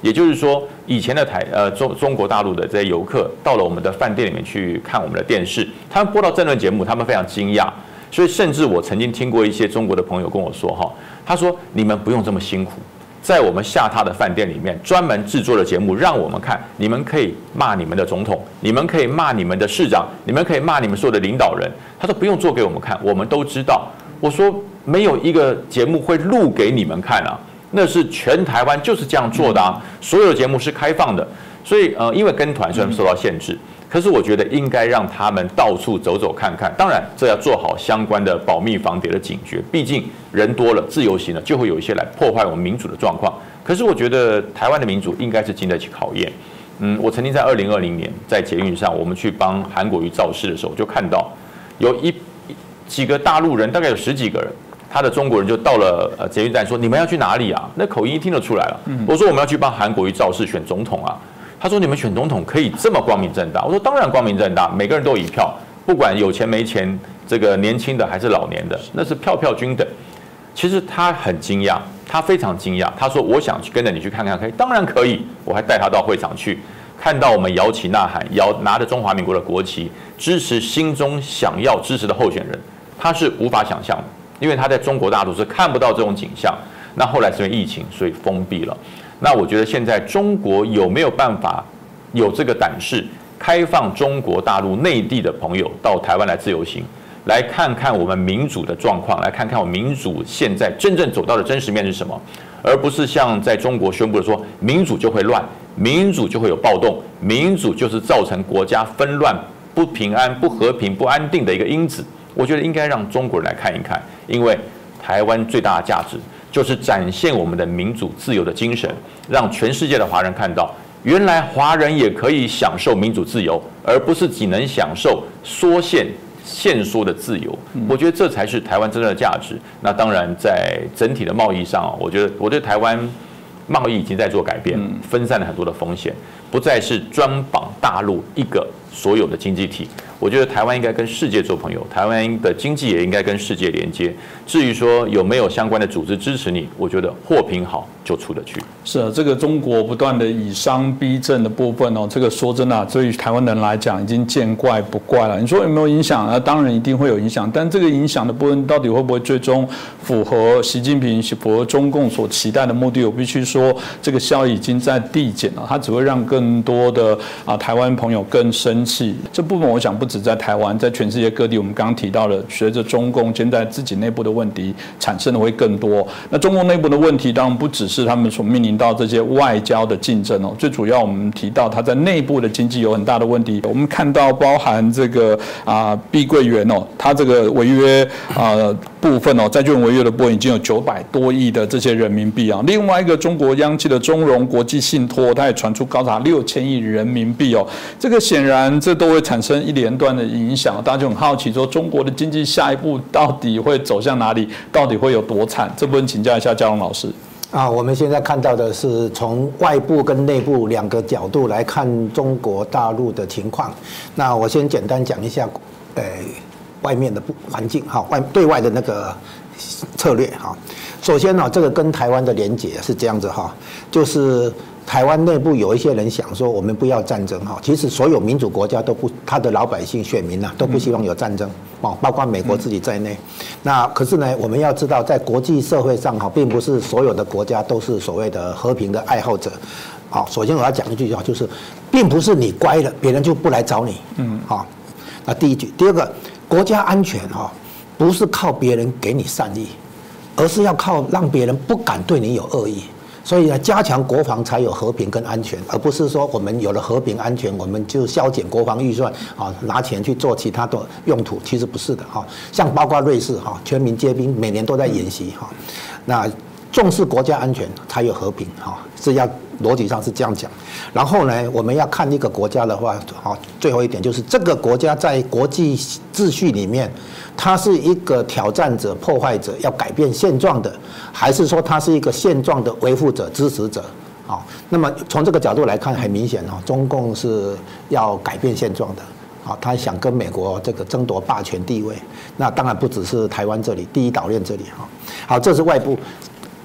也就是说，以前的中国大陆的这些游客到了我们的饭店里面去看我们的电视，他们播到政论节目，他们非常惊讶。所以，甚至我曾经听过一些中国的朋友跟我说，他说你们不用这么辛苦，在我们下榻的饭店里面专门制作的节目让我们看，你们可以骂你们的总统，你们可以骂你们的市长，你们可以骂你们所有的领导人。他说不用做给我们看，我们都知道。我说没有一个节目会录给你们看啊，那是全台湾就是这样做的啊，所有的节目是开放的。所以因为跟团虽然受到限制，可是我觉得应该让他们到处走走看看。当然，这要做好相关的保密防谍的警觉，毕竟人多了，自由行了，就会有一些来破坏我们民主的状况。可是我觉得台湾的民主应该是经得起考验。我曾经在2020年在捷运上，我们去帮韩国瑜造势的时候，我就看到有几个大陆人，大概有10几个人，他的中国人就到了捷运站说：“你们要去哪里啊？”那口音一听得出来了。我说：“我们要去帮韩国瑜造势选总统啊。”他说：“你们选总统可以这么光明正大？”我说：“当然光明正大，每个人都有1票，不管有钱没钱，这个年轻的还是老年的，那是票票均等。”其实他很惊讶，他非常惊讶。他说：“我想去跟着你去看看，可以？当然可以。”我还带他到会场去，看到我们摇旗呐喊，拿着中华民国的国旗，支持心中想要支持的候选人，他是无法想象的，因为他在中国大陆是看不到这种景象。那后来是因为疫情，所以封闭了。那我觉得现在中国有没有办法有这个胆识，开放中国大陆内地的朋友到台湾来自由行，来看看我们民主的状况，来看看我们民主现在真正走到的真实面是什么，而不是像在中国宣布的说民主就会乱，民主就会有暴动，民主就是造成国家纷乱、不平安、不和平、不安定的一个因子。我觉得应该让中国人来看一看，因为台湾最大的价值就是展现我们的民主自由的精神，让全世界的华人看到，原来华人也可以享受民主自由，而不是只能享受限缩的自由。我觉得这才是台湾真正的价值。那当然，在整体的贸易上，我觉得台湾贸易已经在做改变，分散了很多的风险，不再是专绑大陆一个所有的经济体。我觉得台湾应该跟世界做朋友，台湾的经济也应该跟世界连接。至于说有没有相关的组织支持你，我觉得货品好就出得去。 是啊，这个中国不断的以商逼政的部分这个说真的对于台湾人来讲已经见怪不怪了。你说有没有影响？当然一定会有影响，但这个影响的部分到底会不会最终符合习近平、符合中共所期待的目的？我必须说，这个效益已经在递减了，它只会让更多的台湾朋友更生气。这部分我想不止在台湾，在全世界各地，我们刚刚提到了，随着中共现在自己内部的问题产生的会更多。那中共内部的问题当然不只是他们所面临到这些外交的竞争最主要我们提到它在内部的经济有很大的问题。我们看到包含这个碧桂园它这个违约部分债券违约的部分已经有900多亿的这些人民币另外一个中国央企的中融国际信托，它也传出高达6000亿人民币这个显然这都会产生一连段的影响，大家就很好奇说中国的经济下一步到底会走向哪里，到底会有多惨？这部分请教一下嘉龙老师。 我们现在看到的是从外部跟内部2个角度来看中国大陆的情况。那我先简单讲一下，外面的环境对外的那个策略首先这个跟台湾的连结是这样子就是台湾内部有一些人想说我们不要战争其实所有民主国家都不，他的老百姓选民都不希望有战争包括美国自己在内。那可是呢，我们要知道在国际社会上并不是所有的国家都是所谓的和平的爱好者。首先我要讲一句就是并不是你乖了别人就不来找你。那第一句。第二个，国家安全不是靠别人给你善意，而是要靠让别人不敢对你有恶意。所以呢，加强国防才有和平跟安全，而不是说我们有了和平安全，我们就削减国防预算拿钱去做其他的用途，其实不是的像包括瑞士全民皆兵，每年都在演习那重视国家安全才有和平是要逻辑上是这样讲。然后呢，我们要看一个国家的话最后一点就是这个国家在国际秩序里面，它是一个挑战者、破坏者，要改变现状的，还是说它是一个现状的维护者、支持者？那么从这个角度来看，很明显中共是要改变现状的。他想跟美国这个争夺霸权地位，那当然不只是台湾这里，第一岛链这里好，这是外部。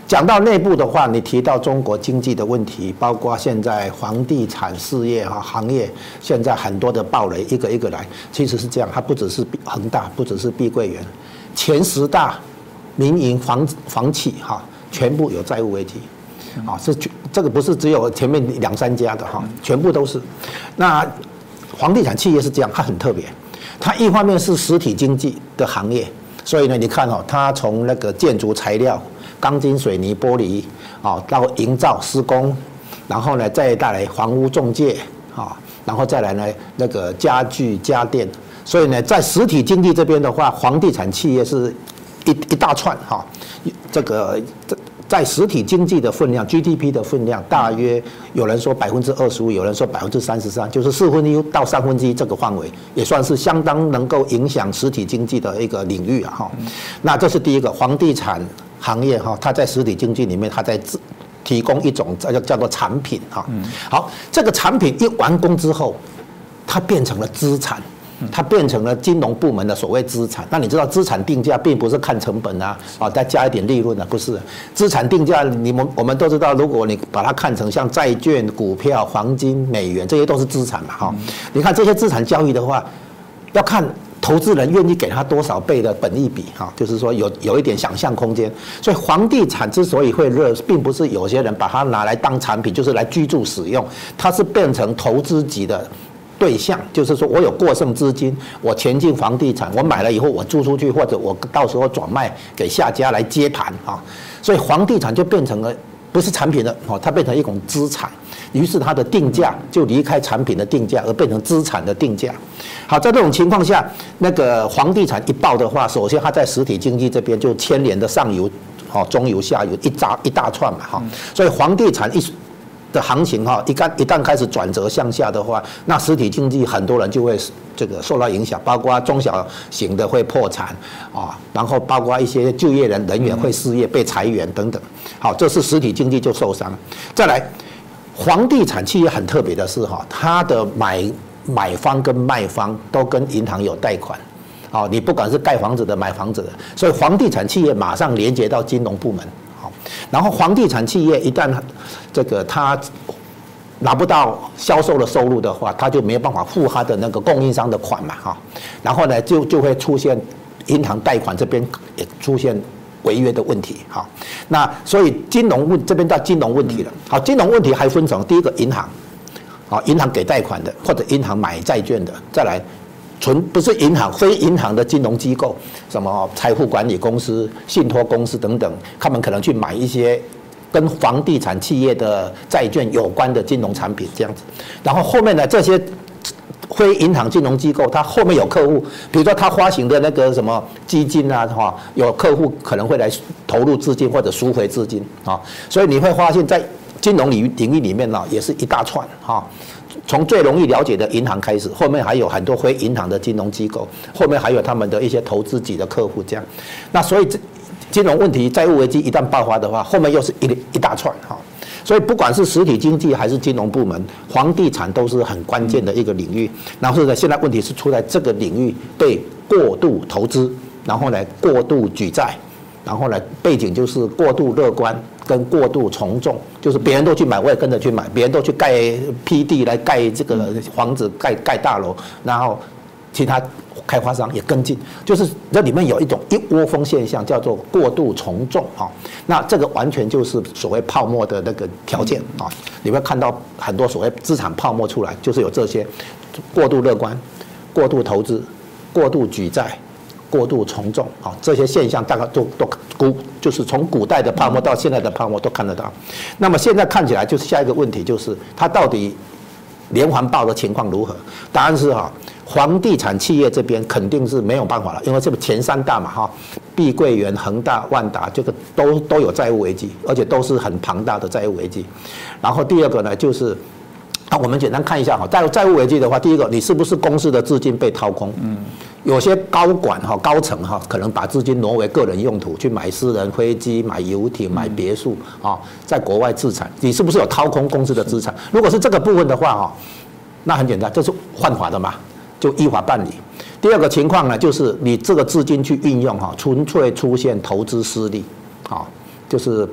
讲到内部的话，你提到中国经济的问题，包括现在房地产事业行业，现在很多的暴雷一个一个来，其实是这样，它不只是恒大，不只是碧桂园，前10大民营房企全部有债务危机，这个不是只有前面2、3家的全部都是。那房地产企业是这样，它很特别，它一方面是实体经济的行业，所以呢，你看它从那个建筑材料。钢筋、水泥、玻璃，到营造施工，然后呢，再带来房屋中介，然后再来呢那个家具家电，所以呢，在实体经济这边的话，房地产企业是一大串这个在实体经济的分量 ，GDP 的分量大约有人说25%，有人说33%，就是1/4到1/3这个范围，也算是相当能够影响实体经济的一个领域那这是第一个，房地产行业它在实体经济里面，它在提供一种叫做产品好，这个产品一完工之后，它变成了资产。它变成了金融部门的所谓资产。那你知道资产定价并不是看成本再加一点利润不是。资产定价我们都知道，如果你把它看成像债券、股票、黄金、美元，这些都是资产嘛你看这些资产交易的话，要看投资人愿意给他多少倍的本益比就是说有一点想象空间。所以房地产之所以会热，并不是有些人把它拿来当产品，就是来居住使用，它是变成投资级的对象，就是说我有过剩资金，我前进房地产，我买了以后我租出去，或者我到时候转卖给下家来接盘所以房地产就变成了不是产品了它变成一种资产，于是它的定价就离开产品的定价，而变成资产的定价。好，在这种情况下，那个房地产一爆的话，首先它在实体经济这边就牵连的上游、中游、下游一大串嘛所以房地产的行情一旦开始转折向下的话，那实体经济很多人就会这个受到影响，包括中小型的会破产然后包括一些就业人员会失业、被裁员等等。好，这是实体经济就受伤。再来，房地产企业很特别的是它的买方跟卖方都跟银行有贷款。你不管是盖房子的、买房子的，所以房地产企业马上连接到金融部门。然后房地产企业一旦这个它拿不到销售的收入的话，它就没有办法付它的那个供应商的款嘛然后呢就会出现银行贷款这边也出现违约的问题那所以这边到金融问题了。好，金融问题还分成第一个银行银行给贷款的，或者银行买债券的，再来不是银行，非银行的金融机构，什么财富管理公司、信托公司等等，他们可能去买一些跟房地产企业的债券有关的金融产品这样子。然后后面呢，这些非银行金融机构，它后面有客户，比如说它发行的那个什么基金有客户可能会来投入资金或者赎回资金所以你会发现在金融领域里面也是一大串从最容易了解的银行开始，后面还有很多非银行的金融机构，后面还有他们的一些投资级的客户这样。那所以金融问题、债务危机一旦爆发的话，后面又是一大串所以不管是实体经济还是金融部门，房地产都是很关键的一个领域。然后呢，现在问题是出在这个领域被过度投资，然后呢过度举债，然后呢背景就是过度乐观跟过度从众，就是别人都去买，我也跟着去买；别人都去批地来盖这个房子、盖大楼，然后其他开发商也跟进，就是这里面有一种一窝蜂现象，叫做过度从众那这个完全就是所谓泡沫的那个条件你会看到很多所谓资产泡沫出来，就是有这些过度乐观、过度投资、过度举债、过度从众这些现象大概就是从古代的泡沫到现在的泡沫都看得到。那么现在看起来就是下一个问题，就是它到底连环爆的情况如何？答案是房地产企业这边肯定是没有办法了，因为这个前3大嘛碧桂园、恒大、万达这个都有债务危机，而且都是很庞大的债务危机。然后第二个呢，就是我们简单看一下债务危机的话，第一个你是不是公司的资金被掏空？有些高管高层可能把资金挪为个人用途，去买私人飞机、买游艇、买别墅在国外自产，你是不是有掏空公司的资产？如果是这个部分的话那很简单，这是犯法的嘛，就依法办理。第二个情况呢，就是你这个资金去运用纯粹出现投资失利就是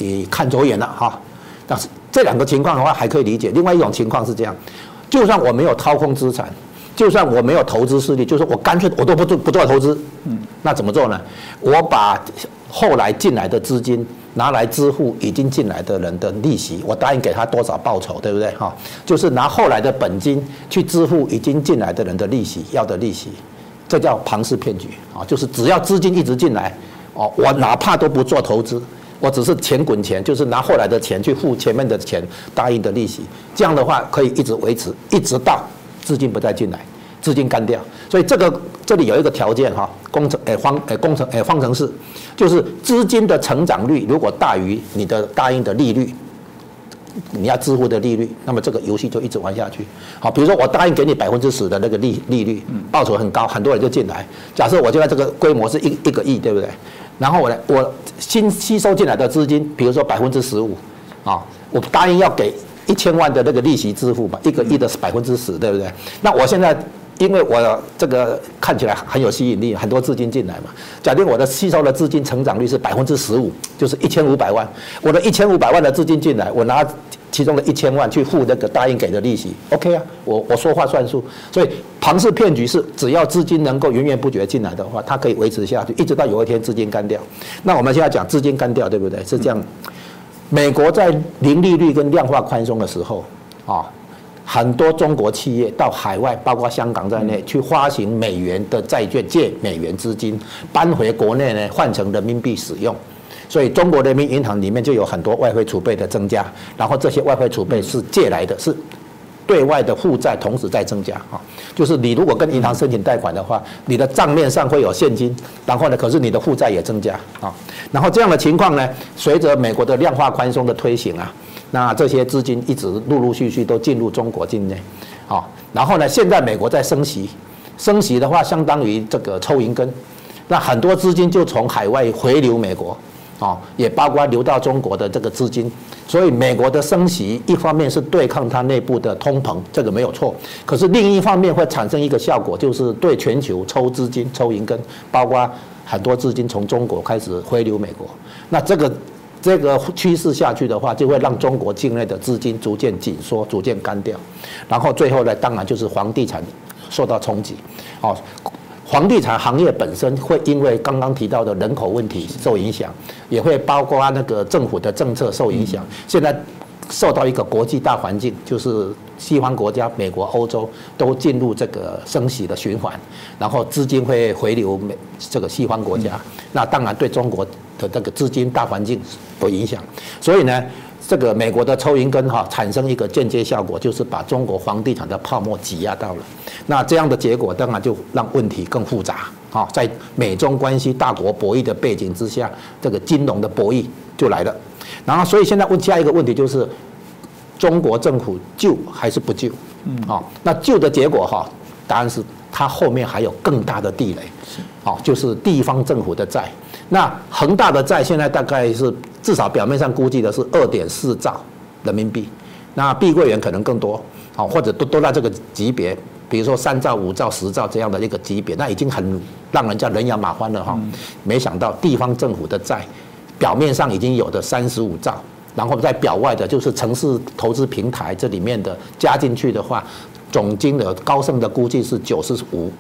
看走眼了哈。但是这两个情况的话还可以理解。另外一种情况是这样，就算我没有掏空资产，就算我没有投资势力，就是我干脆我都不做投资，那怎么做呢？我把后来进来的资金拿来支付已经进来的人的利息，我答应给他多少报酬，对不对哈？就是拿后来的本金去支付已经进来的人的利息，要的利息，这叫庞氏骗局啊！就是只要资金一直进来，哦，我哪怕都不做投资，我只是钱滚钱，就是拿后来的钱去付前面的钱答应的利息，这样的话可以一直维持，一直到资金不再进来，资金干掉。所以这里有一个条件哈，方程式，就是资金的成长率如果大于你的答应的利率，你要支付的利率，那么这个游戏就一直玩下去。好，比如说我答应给你10%的那个利率，报酬很高，很多人就进来。假设我现在这个规模是一个亿，对不对？然后我新吸收进来的资金，比如说15%，啊，我答应要给1000万的那个利息支付嘛，1个亿的10%，对不对？那我现在因为我这个看起来很有吸引力，很多资金进来嘛。假定我的吸收的资金成长率是15%，就是1500万。我的1500万的资金进来，我拿其中的1000万去付那个答应给的利息 ，OK 啊，我说话算数。所以庞氏骗局是只要资金能够源源不绝进来的话，它可以维持下去，一直到有一天资金干掉。那我们现在讲资金干掉，对不对？是这样。美国在零利率跟量化宽松的时候，啊。很多中国企业到海外，包括香港在内，去发行美元的债券，借美元资金搬回国内呢，换成人民币使用。所以中国人民银行里面就有很多外汇储备的增加，然后这些外汇储备是借来的，是对外的负债同时在增加啊。就是你如果跟银行申请贷款的话，你的账面上会有现金，然后呢，可是你的负债也增加啊。然后这样的情况呢，随着美国的量化宽松的推行啊。那这些资金一直陆陆续续都进入中国境内，好，然后呢，现在美国在升息，升息的话相当于这个抽银根，那很多资金就从海外回流美国，啊，也包括流到中国的这个资金，所以美国的升息一方面是对抗它内部的通膨，这个没有错，可是另一方面会产生一个效果，就是对全球抽资金、抽银根，包括很多资金从中国开始回流美国，那这个趋势下去的话，就会让中国境内的资金逐渐紧缩、逐渐干掉，然后最后呢，当然就是房地产受到冲击。哦，房地产行业本身会因为刚刚提到的人口问题受影响，也会包括那个政府的政策受影响。现在受到一个国际大环境，就是西方国家、美国、欧洲都进入这个升息的循环，然后资金会回流这个西方国家，那当然对中国的这个资金大环境有影响。所以呢，这个美国的抽银根产生一个间接效果，就是把中国房地产的泡沫挤压到了。那这样的结果当然就让问题更复杂。在美中关系大国博弈的背景之下，这个金融的博弈就来了。然后，所以现在问下一个问题就是，中国政府救还是不救？那救的结果答案是它后面还有更大的地雷，就是地方政府的债。那恒大的债现在大概是至少表面上估计的是2.4兆人民币，那碧桂园可能更多，或者都在这个级别，比如说3兆、5兆、10兆这样的一个级别，那已经很让人家人仰马翻了哈。没想到地方政府的债表面上已经有的35兆，然后在表外的就是城市投资平台这里面的加进去的话，总金额高盛的估计是95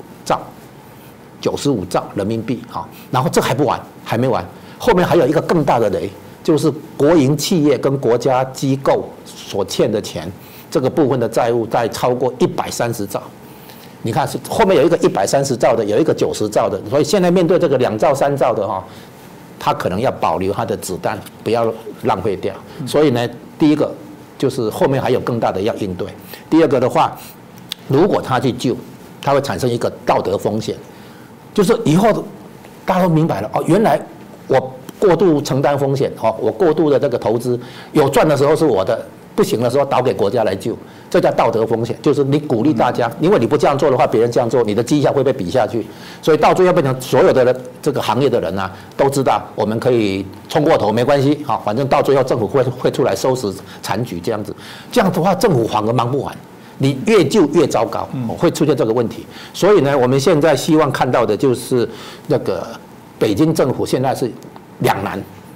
兆人民币啊。然后这还不完，还没完，后面还有一个更大的雷，就是国营企业跟国家机构所欠的钱，这个部分的债务在超过130兆。你看是后面有一个130兆的，有一个90兆的，所以现在面对这个2兆、3兆的他可能要保留他的子弹，不要浪费掉。所以呢，第一个就是后面还有更大的要应对。第二个的话，如果他去救，他会产生一个道德风险，就是以后大家都明白了原来我过度承担风险我过度的这个投资有赚的时候是我的，不行的时候倒给国家来救，这叫道德风险。就是你鼓励大家，因为你不这样做的话，别人这样做，你的绩效会被比下去，所以到最后变成所有的人这个行业的人都知道我们可以冲过头没关系反正到最后政府会出来收拾残局这样子。这样的话，政府反而忙不完，你越救越糟糕，会出现这个问题。所以呢，我们现在希望看到的就是那个北京政府现在是两难，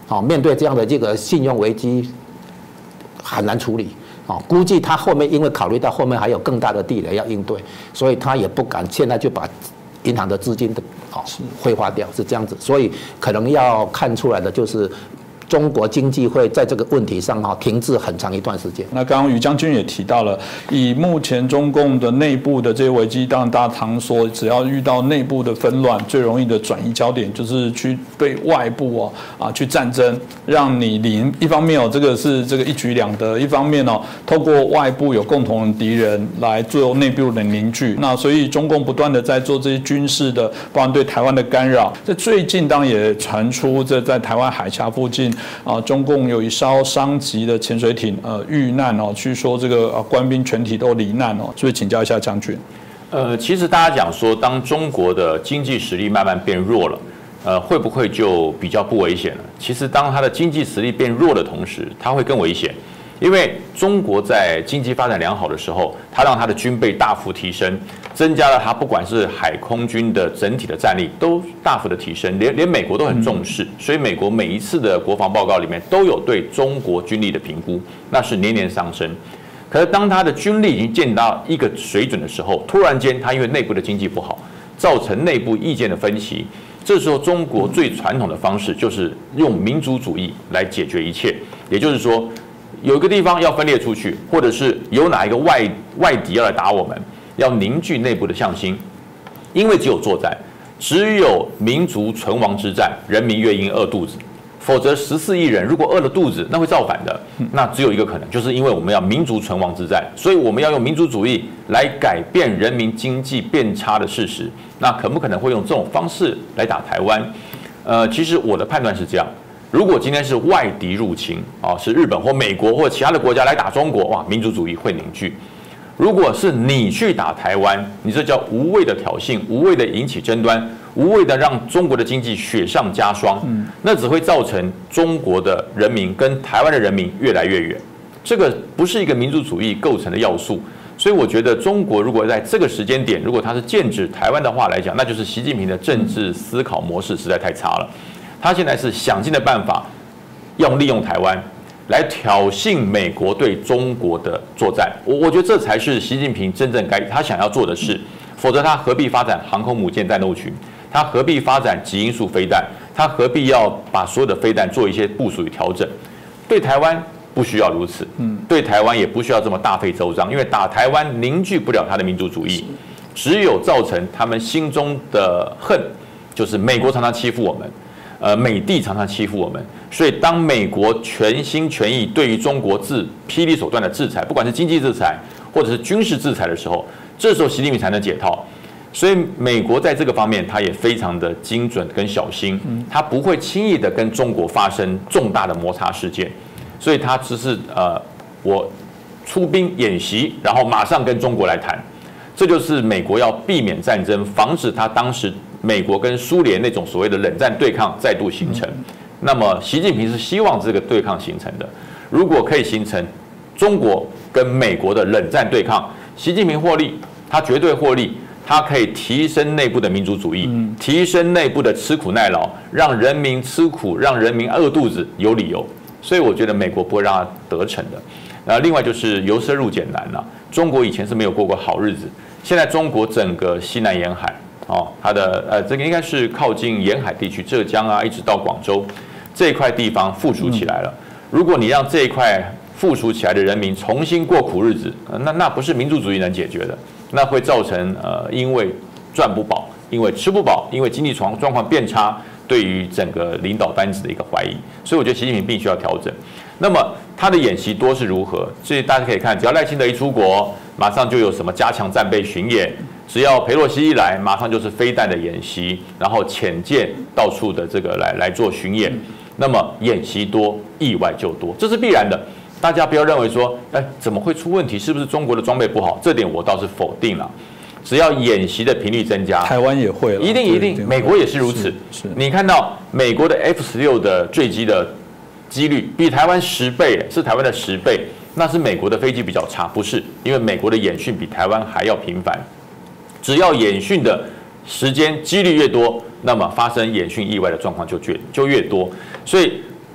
好，面对这样的这个信用危机很难处理。估计他后面因为考虑到后面还有更大的地雷要应对，所以他也不敢现在就把银行的资金的挥发掉，是这样子。所以可能要看出来的就是，中国经济会在这个问题上停滞很长一段时间。 那刚刚于将军也提到了，以目前中共的内部的这些危机，当然大家常说，只要遇到内部的纷乱，最容易的转移焦点就是去对外部去战争，让你零一方面这个是这个一举两得，一方面透过外部有共同的敌人来做内部的凝聚。那所以中共不断的在做这些军事的，包含对台湾的干扰。在最近当然也传出这在台湾海峡附近。中共有一艘商级的潜水艇遇难据说这个官兵全体都罹难所以请教一下将军。 其实大家讲说，当中国的经济实力慢慢变弱了，会不会就比较不危险了？其实当它的经济实力变弱的同时，它会更危险。因为中国在经济发展良好的时候，它让它的军备大幅提升，增加了它不管是海空军的整体的战力都大幅的提升，连美国都很重视，所以美国每一次的国防报告里面都有对中国军力的评估，那是年年上升。可是当它的军力已经见到一个水准的时候，突然间它因为内部的经济不好，造成内部意见的分歧，这时候中国最传统的方式就是用民族主义来解决一切，也就是说，有一个地方要分裂出去，或者是有哪一个外敌要来打我们，要凝聚内部的向心，因为只有作战，只有民族存亡之战，人民越因饿肚子，否则14亿人如果饿了肚子，那会造反的。那只有一个可能，就是因为我们要民族存亡之战，所以我们要用民族主义来改变人民经济变差的事实。那可不可能会用这种方式来打台湾？其实我的判断是这样。如果今天是外敌入侵是日本或美国或其他的国家来打中国，哇，民族主义会凝聚。如果是你去打台湾，你这叫无谓的挑衅，无谓的引起争端，无谓的让中国的经济雪上加霜，那只会造成中国的人民跟台湾的人民越来越远。这个不是一个民族主义构成的要素。所以我觉得中国如果在这个时间点，如果它是剑指台湾的话来讲，那就是习近平的政治思考模式实在太差了。他现在是想尽的办法，要利用台湾来挑衅美国对中国的作战。我觉得这才是习近平真正他想要做的事。否则他何必发展航空母舰战斗群？他何必发展极音速飞弹？他何必要把所有的飞弹做一些部署与调整？对台湾不需要如此，对台湾也不需要这么大费周章，因为打台湾凝聚不了他的民族主义，只有造成他们心中的恨，就是美国常常欺负我们。美帝常常欺负我们，所以当美国全心全意对于中国霹雳手段的制裁，不管是经济制裁或者是军事制裁的时候，这时候习近平才能解套。所以美国在这个方面，他也非常的精准跟小心，他不会轻易的跟中国发生重大的摩擦事件，所以他只是我出兵演习，然后马上跟中国来谈，这就是美国要避免战争，防止他当时美国跟苏联那种所谓的冷战对抗再度形成。那么习近平是希望这个对抗形成的。如果可以形成中国跟美国的冷战对抗，习近平获利，他绝对获利，他可以提升内部的民族主义，提升内部的吃苦耐劳，让人民吃苦，让人民饿肚子有理由。所以我觉得美国不会让他得逞的。另外就是由奢入俭难了。中国以前是没有过好日子，现在中国整个西南沿海。它的这个应该是靠近沿海地区，浙江啊，一直到广州这一块地方富庶起来了。如果你让这一块富庶起来的人民重新过苦日子，那不是民族主义能解决的，那会造成因为赚不饱，因为吃不饱，因为经济状况变差，对于整个领导班子的一个怀疑。所以我觉得习近平必须要调整。那么他的演习多是如何？所以大家可以看，只要赖清德一出国，马上就有什么加强战备巡演。只要裴洛西一来，马上就是飞弹的演习，然后潜舰到处的这个来做巡演。那么演习多，意外就多，这是必然的。大家不要认为说，怎么会出问题？是不是中国的装备不好？这点我倒是否定了。只要演习的频率增加， 台湾也会了， 一定，美国也是如此。是你看到美国的 F-16的坠机的几率比台湾10倍，是台湾的10倍。那是美国的飞机比较差，不是？因为美国的演训比台湾还要频繁。只要演训的时间几率越多，那么发生演训意外的状况就越多。所以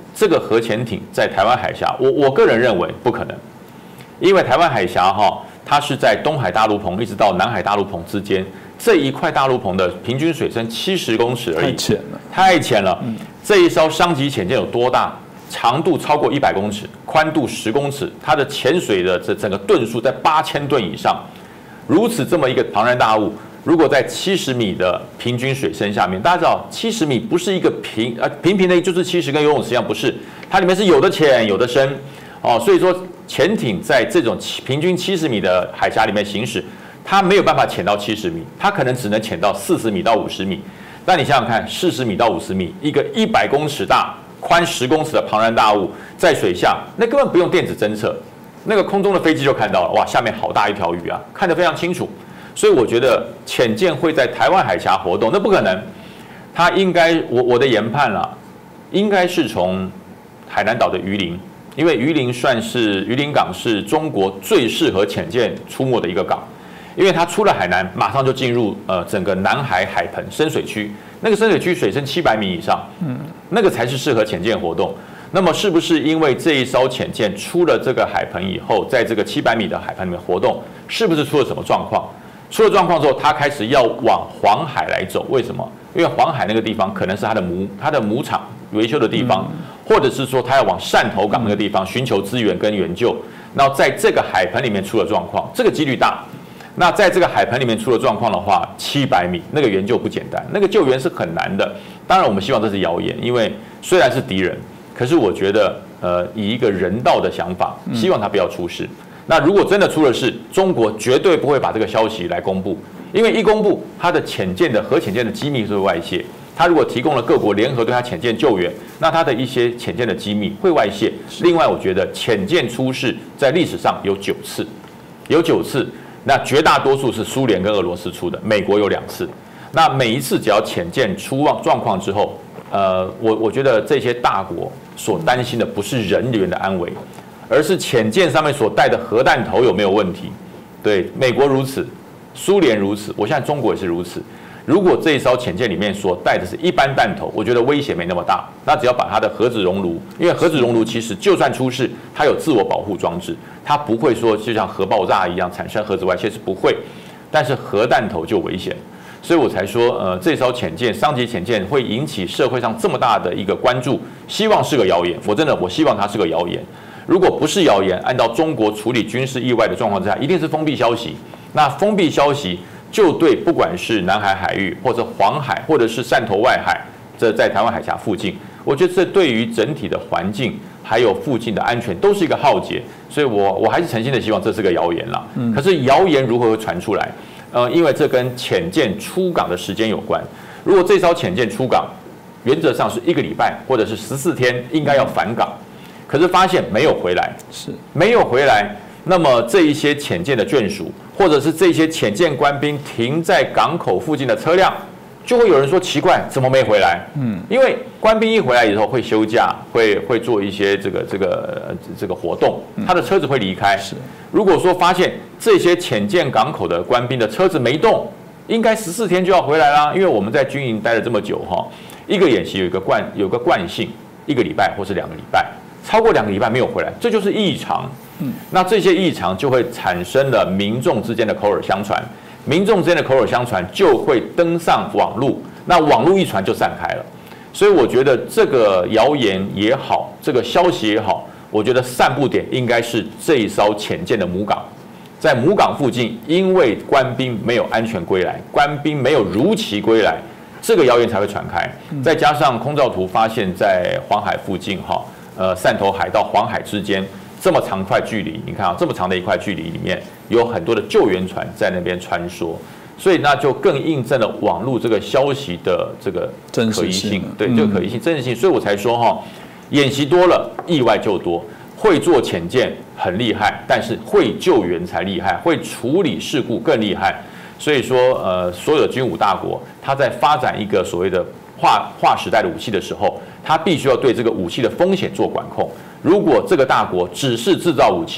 这个核潜艇在台湾海峡，我个人认为不可能，因为台湾海峡它是在东海大陆棚一直到南海大陆棚之间这一块大陆棚的平均水深70公尺而已，太浅了。这一艘商级潜舰有多大？长度超过100公尺，宽度10公尺，它的潜水的整个吨数在8000吨以上。如此这么一个庞然大物，如果在70米的平均水深下面，大家知道70米不是一个平平的，就是70跟游泳池一样，不是，它里面是有的浅有的深所以说潜艇在这种平均70米的海峡里面行驶，它没有办法潜到70米，它可能只能潜到40米到50米。但你想想看，40米到50米，一个100公尺大、宽10公尺的庞然大物在水下，那根本不用电子侦测，那个空中的飞机就看到了，哇，下面好大一条鱼啊，看得非常清楚。所以我觉得潜舰会在台湾海峡活动，那不可能。它应该，我的研判啦，应该是从海南岛的鱼鳞，因为鱼鳞港是中国最适合潜舰出没的一个港。因为它出了海南，马上就进入整个南海海盆深水区，那个深水区水深700米以上，那个才是适合潜舰活动。那么是不是因为这一艘潜舰出了这个海盆以后，在这个700米的海盆里面活动，是不是出了什么状况？出了状况之后，它开始要往黄海来走，为什么？因为黄海那个地方可能是它的母场维修的地方，或者是说它要往汕头港那个地方寻求资源跟援救。然后在这个海盆里面出了状况，这个几率大。那在这个海盆里面出了状况的话，700米那个援救不简单，那个救援是很难的。当然，我们希望这是谣言，因为虽然是敌人，可是我觉得，以一个人道的想法，希望他不要出事。那如果真的出了事，中国绝对不会把这个消息来公布，因为一公布，它的核潜舰的机密是会外泄。它如果提供了各国联合对它潜舰救援，那它的一些潜舰的机密会外泄。另外，我觉得潜舰出事在历史上有9次，有9次。那绝大多数是苏联跟俄罗斯出的，美国有2次。那每一次只要潜舰出状况之后，我觉得这些大国所担心的不是人员的安危，而是潜舰上面所带的核弹头有没有问题。对，美国如此，苏联如此，我现在中国也是如此。如果这一艘潜舰里面所带的是一般弹头，我觉得威胁没那么大。那只要把它的核子熔炉，因为核子熔炉其实就算出事，它有自我保护装置，它不会说就像核爆炸一样产生核子外泄，是不会。但是核弹头就危险，所以我才说，这艘潜舰商级潜舰会引起社会上这么大的一个关注，希望是个谣言。我希望它是个谣言。如果不是谣言，按照中国处理军事意外的状况之下，一定是封闭消息。那封闭消息就对，不管是南海海域，或者黄海，或者是汕头外海，这在台湾海峡附近，我觉得这对于整体的环境还有附近的安全都是一个浩劫。所以我还是诚心的希望这是个谣言啦。可是谣言如何会传出来？因为这跟潜舰出港的时间有关。如果这艘潜舰出港，原则上是1个礼拜或者是14天应该要返港，可是发现没有回来，没有回来。那么这一些潜舰的眷属，或者是这些潜舰官兵停在港口附近的车辆，就会有人说奇怪，怎么没回来？因为官兵一回来以后会休假，会做一些这个活动，他的车子会离开。如果说发现这些潜舰港口的官兵的车子没动，应该14天就要回来啦。因为我们在军营待了这么久一个演习有个惯性，1个礼拜或是2个礼拜，超过2个礼拜没有回来，这就是异常。那这些异常就会产生了民众之间的口耳相传，民众之间的口耳相传就会登上网路，那网路一传就散开了。所以我觉得这个谣言也好，这个消息也好，我觉得散布点应该是这一艘潜舰的母港，在母港附近，因为官兵没有安全归来，官兵没有如期归来，这个谣言才会传开。再加上空照图发现，在黄海附近汕头海到黄海之间这么长块距离，你看这么长的一块距离里面有很多的救援船在那边穿梭，所以那就更印证了网络这个消息的这个可疑性，对，这个可疑性、真实性。所以我才说演习多了，意外就多。会做潜舰很厉害，但是会救援才厉害，会处理事故更厉害。所以说，所有的军武大国，它在发展一个所谓的划时代的武器的时候，它必须要对这个武器的风险做管控。如果这个大国只是制造武器，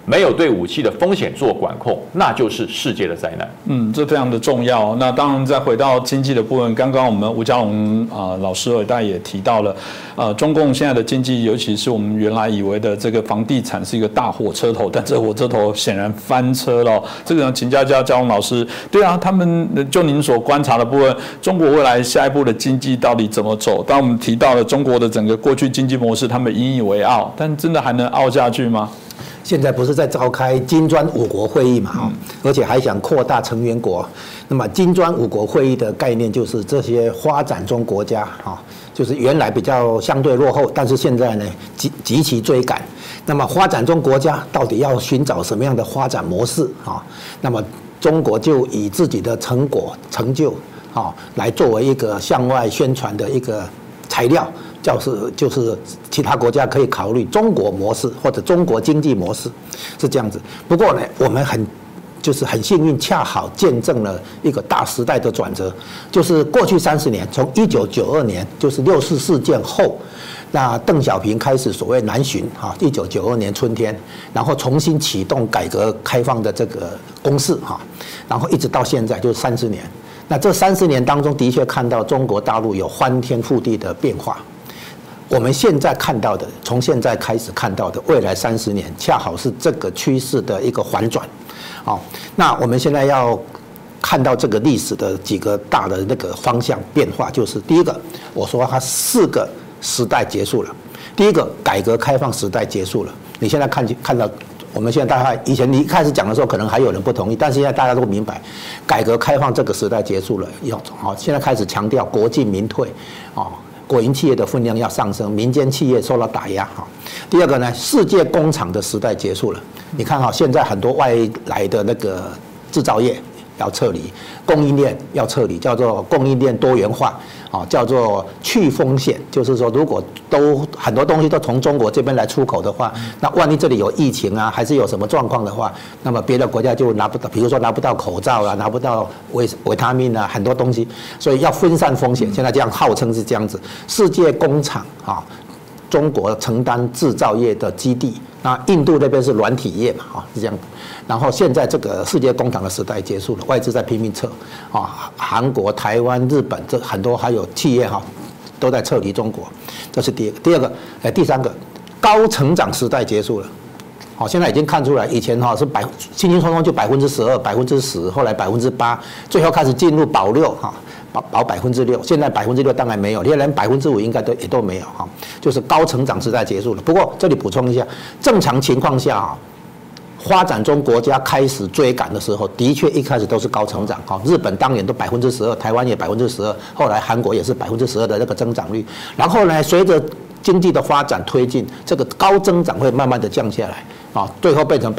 没有对武器的风险做管控，那就是世界的灾难。 这非常的重要。那当然，再回到经济的部分，刚刚我们吴嘉龙老师伟大也提到了，中共现在的经济，尤其是我们原来以为的这个房地产是一个大火车头，但这火车头显然翻车了。这个请教嘉龙老师，对啊，他们就您所观察的部分，中国未来下一步的经济到底怎么走？当我们提到了中国的整个过去经济模式，他们引以为傲，但真的还能傲下去吗？ 现在不是在召开金砖5国会议嘛？而且还想扩大成员国。那么金砖5国会议的概念就是这些发展中国家就是原来比较相对落后，但是现在呢极其追赶。那么发展中国家到底要寻找什么样的发展模式那么中国就以自己的成果成就来作为一个向外宣传的一个材料。就是其他国家可以考虑中国模式或者中国经济模式是这样子。不过呢，我们很幸运，恰好见证了一个大时代的转折，就是过去30年，从1992年就是6·4事件后，那邓小平开始所谓南巡1992年春天，然后重新启动改革开放的这个攻势然后一直到现在就是30年。那这30年当中，的确看到中国大陆有翻天覆地的变化。我们现在看到的，从现在开始看到的未来30年，恰好是这个趋势的一个反转。那我们现在要看到这个历史的几个大的那个方向变化，就是第一个，我说它4个时代结束了。第一个，改革开放时代结束了。你现在看到，我们现在大概以前你一开始讲的时候，可能还有人不同意，但是现在大家都明白，改革开放这个时代结束了。现在开始强调国进民退国营企业的分量要上升，民间企业受到打压第二个呢，世界工厂的时代结束了。你看现在很多外来的那个制造业要撤离，供应链要撤离，叫做供应链多元化叫做去风险。就是说，如果很多东西都从中国这边来出口的话，那万一这里有疫情还是有什么状况的话，那么别的国家就拿不到，比如说拿不到口罩拿不到维他命很多东西，所以要分散风险。现在这样号称是这样子，世界工厂中国承担制造业的基地，那印度那边是软体业嘛是这样。然后现在这个世界工厂的时代结束了，外资在拼命撤韩国、台湾、日本这很多还有企业都在撤离中国，这是第一个。第二个，第三个，高成长时代结束了。现在已经看出来，以前是轻轻松松就12%、10%，后来8%，最后开始进入保6保6%，现在6%当然没有，连5%应该也都没有就是高成长时代结束了。不过这里补充一下，正常情况下发展中国家开始追赶的时候，的确一开始都是高成长日本当年都12%，台湾也12%，后来韩国也是12%的那个增长率。然后呢，随着经济的发展推进，这个高增长会慢慢的降下来最后变成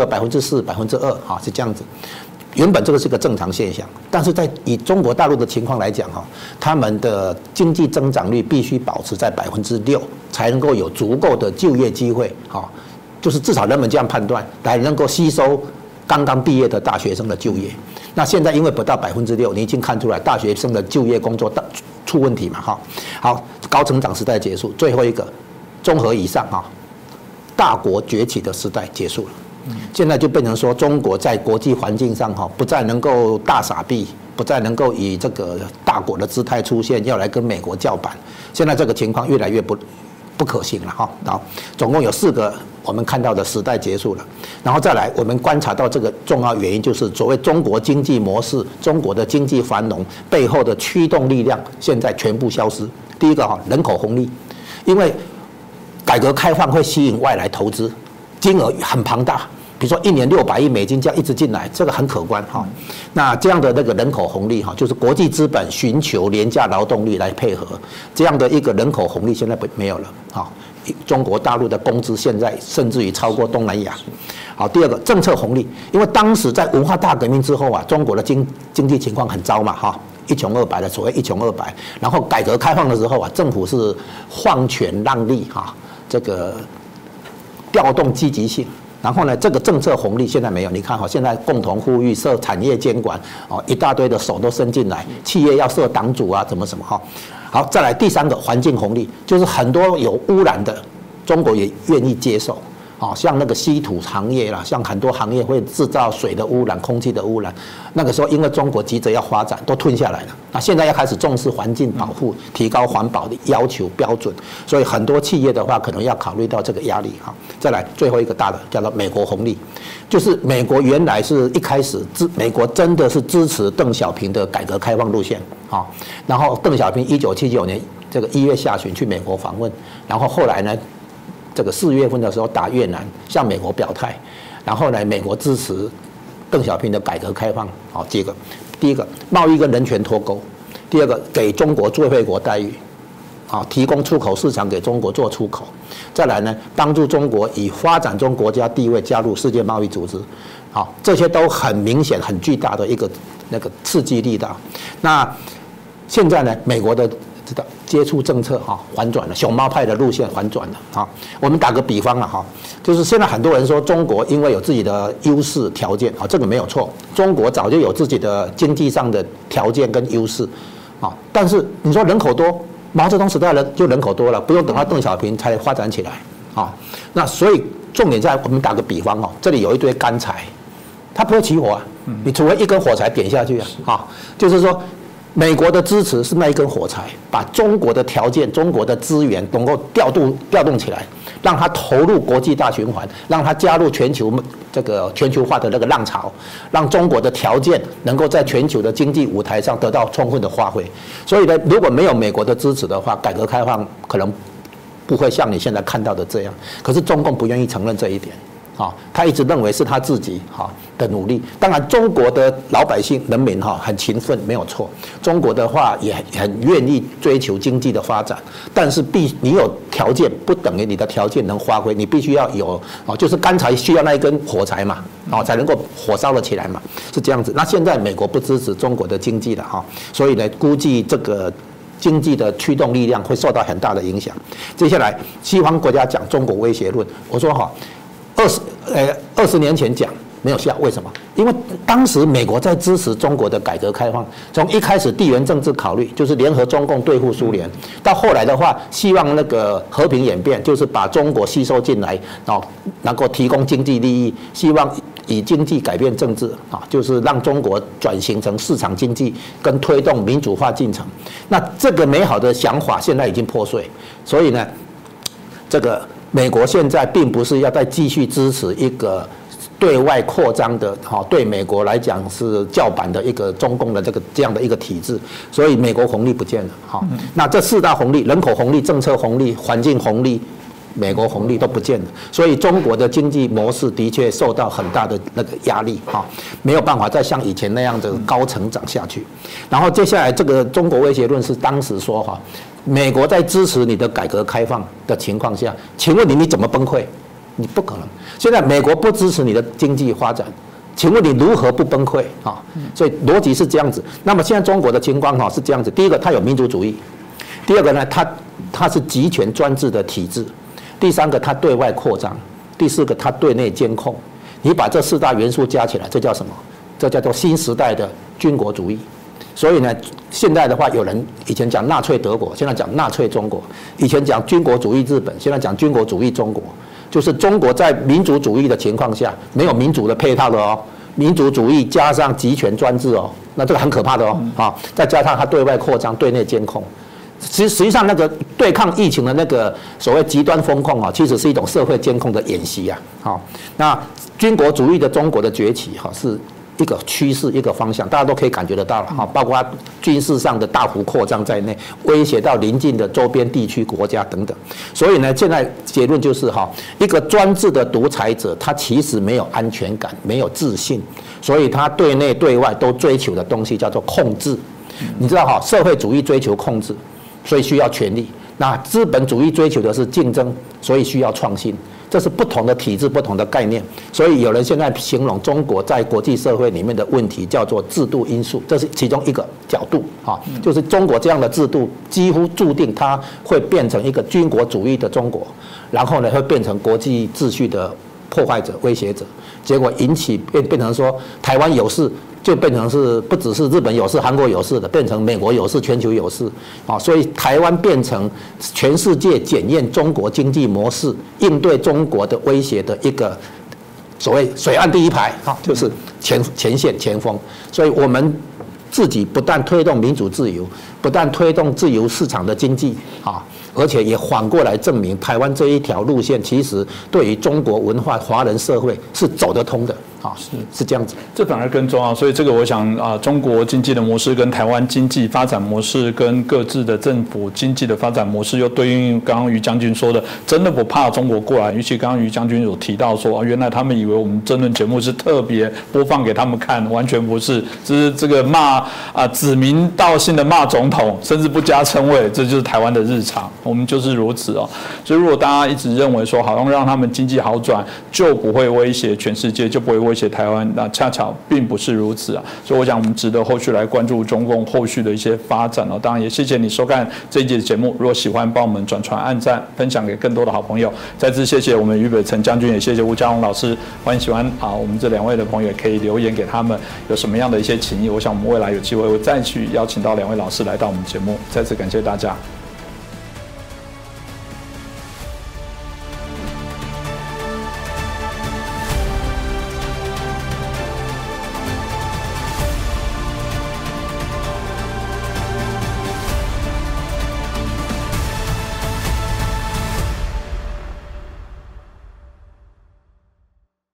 6%、4%、2%是这样子。原本这个是个正常现象，但是以中国大陆的情况来讲他们的经济增长率必须保持在6%，才能够有足够的就业机会就是至少人们这样判断，来能够吸收刚刚毕业的大学生的就业。那现在因为不到6%，你已经看出来大学生的就业工作出问题嘛好，高成长时代结束，最后一个综合以上大国崛起的时代结束了。现在就变成说，中国在国际环境上不再能够大撒币，不再能够以这个大国的姿态出现，要来跟美国叫板。现在这个情况越来越不可行了好，总共有4个我们看到的时代结束了，然后再来我们观察到这个重要原因，就是所谓中国经济模式、中国的经济繁荣背后的驱动力量现在全部消失。第一个人口红利，因为改革开放会吸引外来投资，金额很庞大。比如说1年600亿美金这样一直进来，这个很可观那这样的那个人口红利就是国际资本寻求廉价劳动力来配合，这样的一个人口红利现在没有了中国大陆的工资现在甚至于超过东南亚。好，第二个政策红利，因为当时在文化大革命之后中国的经济情况很糟嘛一穷二白的所谓一穷二白，然后改革开放的时候政府是放权让利这个调动积极性。然后呢，这个政策红利现在没有。你看现在共同富裕设产业监管一大堆的手都伸进来，企业要设党主怎么好，再来第3个环境红利，就是很多有污染的，中国也愿意接受像那个稀土行业啦，像很多行业会制造水的污染、空气的污染。那个时候因为中国急着要发展，都吞下来了。那现在要开始重视环境保护，提高环保的要求标准，所以很多企业的话可能要考虑到这个压力哈。再来最后一个大的叫做美国红利，就是美国原来是一开始美国真的是支持邓小平的改革开放路线啊。然后邓小平1979年这个1月下旬去美国访问，然后后来呢？这个4月份的时候打越南，向美国表态，然后呢，美国支持邓小平的改革开放，好，这个第一个贸易跟人权脱钩，第二个给中国最惠国待遇，啊，提供出口市场给中国做出口，再来呢，帮助中国以发展中国家地位加入世界贸易组织，好，这些都很明显、很巨大的一个那个刺激力道。那现在呢，美国的接触政策反转了，熊猫派的路线反转了我们打个比方就是现在很多人说中国因为有自己的优势条件这个没有错，中国早就有自己的经济上的条件跟优势但是你说人口多，毛泽东时代就人口多了，不用等到邓小平才发展起来那所以重点在我们打个比方这里有一堆干柴，它不会起火你除非一根火柴点下去就是说。美国的支持是那一根火柴，把中国的条件、中国的资源能够调动起来，让它投入国际大循环，让它加入全球化的那个浪潮，让中国的条件能够在全球的经济舞台上得到充分的发挥。所以呢，如果没有美国的支持的话，改革开放可能不会像你现在看到的这样。可是中共不愿意承认这一点。他一直认为是他自己的努力。当然，中国的老百姓人民很勤奋，没有错。中国的话也很愿意追求经济的发展，但是你有条件不等于你的条件能发挥，你必须要有就是干柴需要那一根火柴嘛才能够火烧了起来嘛，是这样子。那现在美国不支持中国的经济了所以呢，估计这个经济的驱动力量会受到很大的影响。接下来，西方国家讲中国威胁论，我说20年前讲没有效，为什么？因为当时美国在支持中国的改革开放，从一开始地缘政治考虑，就是联合中共对付苏联，到后来的话，希望那个和平演变，就是把中国吸收进来，能够提供经济利益，希望以经济改变政治就是让中国转型成市场经济，跟推动民主化进程。那这个美好的想法现在已经破碎，所以呢，这个。美国现在并不是要再继续支持一个对外扩张的对美国来讲是叫板的一个中共的这样的一个体制，所以美国红利不见了那这4大红利：人口红利、政策红利、环境红利。美国红利都不见了，所以中国的经济模式的确受到很大的那个压力没有办法再像以前那样的高成长下去。然后接下来这个中国威胁论是当时说美国在支持你的改革开放的情况下，请问你怎么崩溃？你不可能。现在美国不支持你的经济发展，请问你如何不崩溃所以逻辑是这样子。那么现在中国的情况是这样子：第一个，它有民族主义；第二个呢，它是集权专制的体制。第三个，它对外扩张；第四个，它对内监控。你把这4大元素加起来，这叫什么？这叫做新时代的军国主义。所以呢，现在的话，有人以前讲纳粹德国，现在讲纳粹中国；以前讲军国主义日本，现在讲军国主义中国。就是中国在民族主义的情况下，没有民主的配套的民族主义加上集权专制那这个很可怕的再加上它对外扩张、对内监控。实际上，那个对抗疫情的那个所谓极端风控其实是一种社会监控的演习那军国主义的中国的崛起是一个趋势、一个方向，大家都可以感觉得到了包括军事上的大幅扩张在内，威胁到邻近的周边地区国家等等。所以呢，现在结论就是一个专制的独裁者，他其实没有安全感，没有自信，所以他对内对外都追求的东西叫做控制。你知道社会主义追求控制，所以需要权力。那资本主义追求的是竞争，所以需要创新。这是不同的体制、不同的概念。所以有人现在形容中国在国际社会里面的问题叫做制度因素，这是其中一个角度就是中国这样的制度几乎注定它会变成一个军国主义的中国，然后呢会变成国际秩序的破坏者、威胁者，结果引起变成说台湾有事，就变成是不只是日本有事、韩国有事的，变成美国有事、全球有事啊，所以台湾变成全世界检验中国经济模式、应对中国的威胁的一个所谓水岸第一排啊，就是前线前锋，所以我们自己不但推动民主自由，不但推动自由市场的经济啊，而且也反过来证明台湾这一条路线其实对于中国文化、华人社会是走得通的啊，是这样子。 这反而更重要，所以这个我想中国经济的模式跟台湾经济发展模式跟各自的政府经济的发展模式，又对应刚刚于将军说的，真的不怕中国过来。尤其刚刚于将军有提到说，原来他们以为我们争论节目是特别播放给他们看，完全不是，只是这个骂指名道姓的骂总统，甚至不加称谓，这就是台湾的日常，我们就是如此哦。所以如果大家一直认为说，好像让他们经济好转就不会威胁全世界，就不会威胁台湾，那恰巧并不是如此啊。所以我想我们值得后续来关注中共后续的一些发展哦。当然也谢谢你收看这一集的节目，如果喜欢帮我们转传、按赞、分享给更多的好朋友。再次谢谢我们俞北辰将军，也谢谢吴嘉宏老师。欢迎喜欢我们这2位的朋友也可以留言给他们有什么样的一些情谊。我想我们未来有机会会再去邀请到2位老师来到我们节目。再次感谢大家。